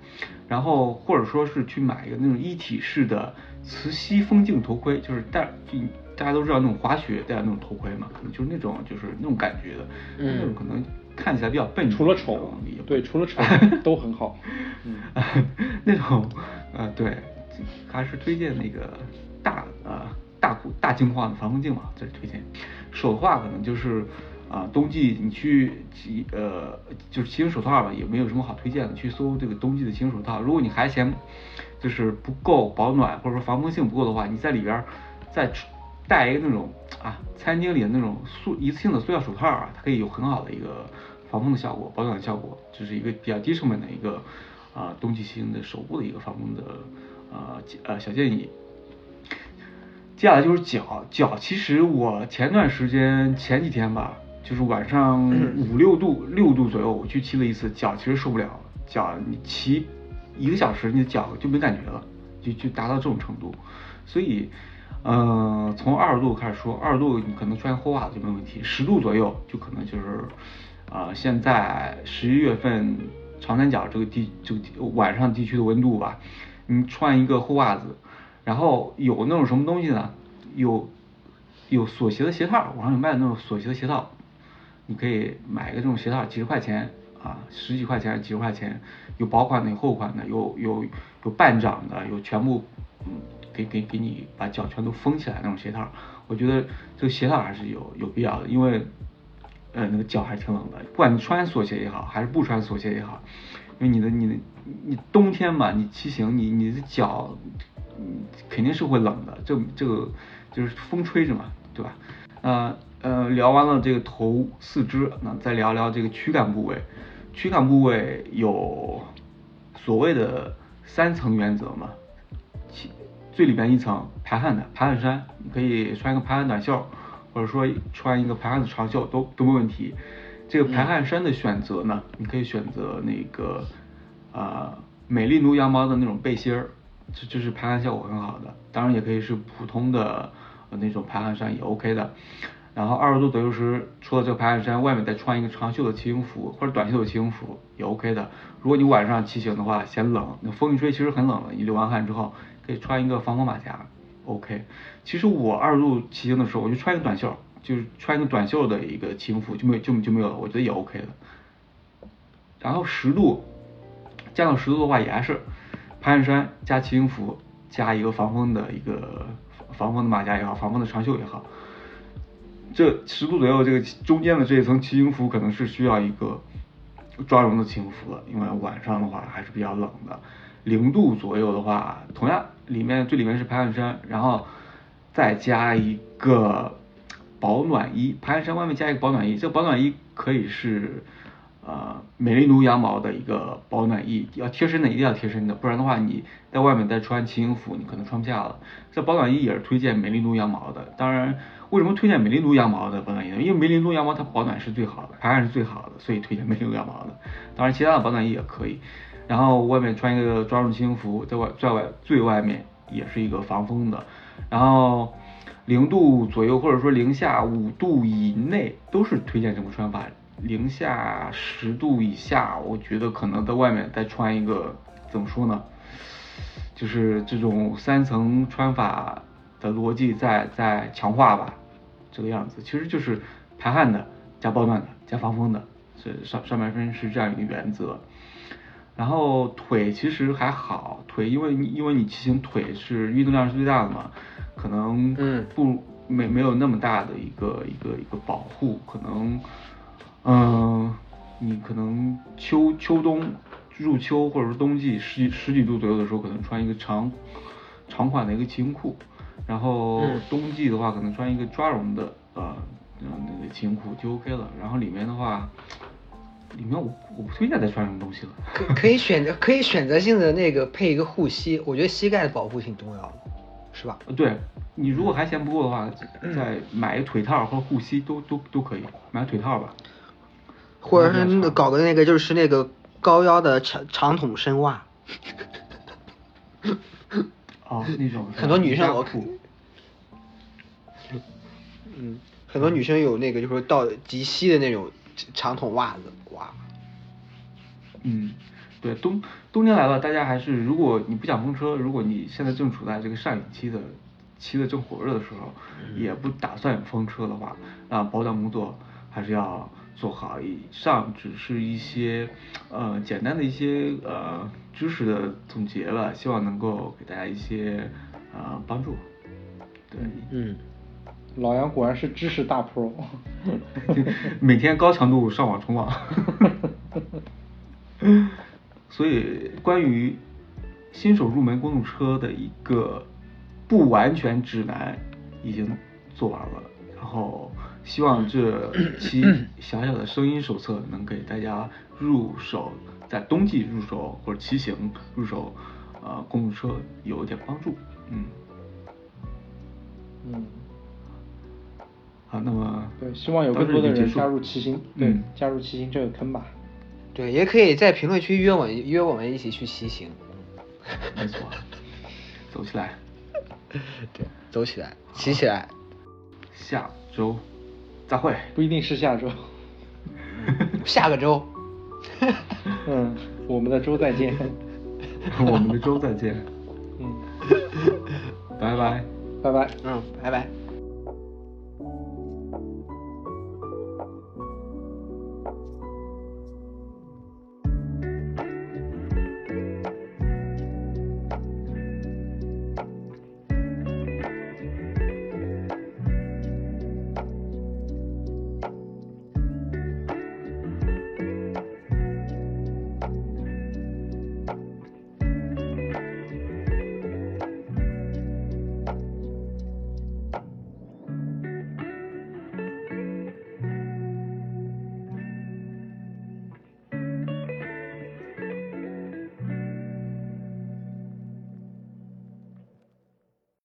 然后或者说是去买一个那种一体式的磁吸风镜头盔，就是戴，大家都知道那种滑雪戴的那种头盔嘛，可能就是那种就是那种感觉的，嗯、那种可能看起来比较笨， 除了丑，对，除了丑都很好。嗯， 那种呃对，还是推荐那个大呃大大镜框的防风镜嘛，这是推荐。手的话可能就是啊、呃、冬季你去骑呃就是骑行手套吧，也没有什么好推荐的，去搜这个冬季的骑行手套。如果你还嫌就是不够保暖或者说防风性不够的话，你在里边再戴一个那种啊餐厅里的那种塑一次性的塑料手套啊，它可以有很好的一个防风的效果，保暖的效果，这是一个比较低成本的一个啊、呃、冬季骑行的手部的一个防风的呃呃小建议。接下来就是脚，脚其实我前段时间前几天吧，就是晚上五六度六度左右，我去骑了一次，脚其实受不了，脚你骑一个小时，你的脚就没感觉了，就就达到这种程度。所以，呃，从二十度开始说，二十度你可能穿厚袜子就没问题，十度左右就可能就是，啊、呃，现在十一月份长三角这个地这个晚上地区的温度吧，你穿一个厚袜子。然后有那种什么东西呢？有有锁鞋的鞋套，网上有卖的那种锁鞋的鞋套，你可以买一个这种鞋套，几十块钱啊，十几块钱、几十块钱，有薄款的、有厚款的，有有有半掌的，有全部嗯，给给给你把脚全都封起来那种鞋套。我觉得这个鞋套还是有有必要的，因为呃那个脚还挺冷的，不管你穿锁鞋也好，还是不穿锁鞋也好，因为你的你的你冬天嘛，你骑行你你的脚。嗯，肯定是会冷的，这这个就是风吹着嘛，对吧？呃呃，聊完了这个头四肢，那再聊聊这个躯干部位。躯干部位有所谓的三层原则嘛，其最里边一层排汗的排汗衫，你可以穿一个排汗短袖，或者说穿一个排汗的长袖都都没问题。这个排汗衫的选择呢，你可以选择那个啊、呃、美丽奴羊毛的那种背心儿。这就是排汗效果很好的，当然也可以是普通的、呃、那种排汗衫也 OK 的。然后二十度左右时，除了这个排汗衫，外面再穿一个长袖的骑行服或者短袖的骑行服也 OK 的。如果你晚上骑行的话嫌冷，那风一吹其实很冷了，你流完汗之后可以穿一个防风马甲 OK。其实我二十度骑行的时候，我就穿一个短袖，就是穿一个短袖的一个骑行服就没就就没有了，我觉得也 OK 的。然后十度降到十度的话也还是排汗衫加骑行服加一个防风的一个防风的马甲也好，防风的长袖也好，这十度左右这个中间的这一层骑行服可能是需要一个抓绒的骑行服了，因为晚上的话还是比较冷的。零度左右的话，同样里面最里面是排汗衫，然后再加一个保暖衣，排汗衫外面加一个保暖衣，这个保暖衣可以是呃，美丽奴羊毛的一个保暖衣，要贴身的，一定要贴身的，不然的话你在外面再穿骑行服，你可能穿不下了。这保暖衣也是推荐美丽奴羊毛的。当然，为什么推荐美丽奴羊毛的保暖衣呢？因为美丽奴羊毛它保暖是最好的，排汗是最好的，所以推荐美丽奴羊毛的。当然，其他的保暖衣也可以。然后外面穿一个抓绒骑行服，在外在外最外面也是一个防风的。然后零度左右或者说零下五度以内都是推荐这种穿法。零下十度以下，我觉得可能在外面再穿一个，怎么说呢？就是这种三层穿法的逻辑再再强化吧，这个样子，其实就是排汗的加保暖的加防风的，是上上半身是这样一个原则。然后腿其实还好，腿因为因为你骑行腿是运动量是最大的嘛，可能嗯不没没有那么大的一个一个一个保护，可能。嗯，你可能秋秋冬入秋或者是冬季十几十几度左右的时候，可能穿一个长长款的一个骑行裤，然后冬季的话可能穿一个抓绒的呃那个骑行裤就 OK 了。然后里面的话，里面我我不推荐再穿什么东西了。 可可以选择可以选择性的那个配一个护膝，我觉得膝盖的保护挺重要的，是吧？ 对，你如果还嫌不够的话，再买一腿套或者护膝都都都可以，买腿套吧。 或者是搞个那个就是那个高腰的长长筒深袜。 哦，那种很多女生我看，嗯，很多女生有那个就是说到及膝的那种长筒袜子，哇。 嗯， 对，冬冬天来了，大家还是如果你不想封车，如果你现在正处在这个上影期的期的正火热的时候，也不打算封车的话，那保养工作还是要做好。以上只是一些呃简单的一些呃知识的总结吧，希望能够给大家一些呃帮助。对， 嗯， 老杨果然是知识大 pro， 每天高强度上网冲浪。所以关于新手入门公路车的一个不完全指南已经做完了，然后希望这期小小的声音手册能给大家入手，在冬季入手或者骑行入手呃公路车有一点帮助。嗯嗯， 好，那么对，希望有更多的人加入骑行，对，嗯、加入骑行这个坑吧。 对，也可以在评论区约我约我们一起去骑行。 没错，走起来。 对，走起来，骑起来。 下周再会。 不一定是下周。 下个周。 嗯，我们的周再见。 我们的周再见。 嗯。 拜拜。 拜拜。 嗯，拜拜。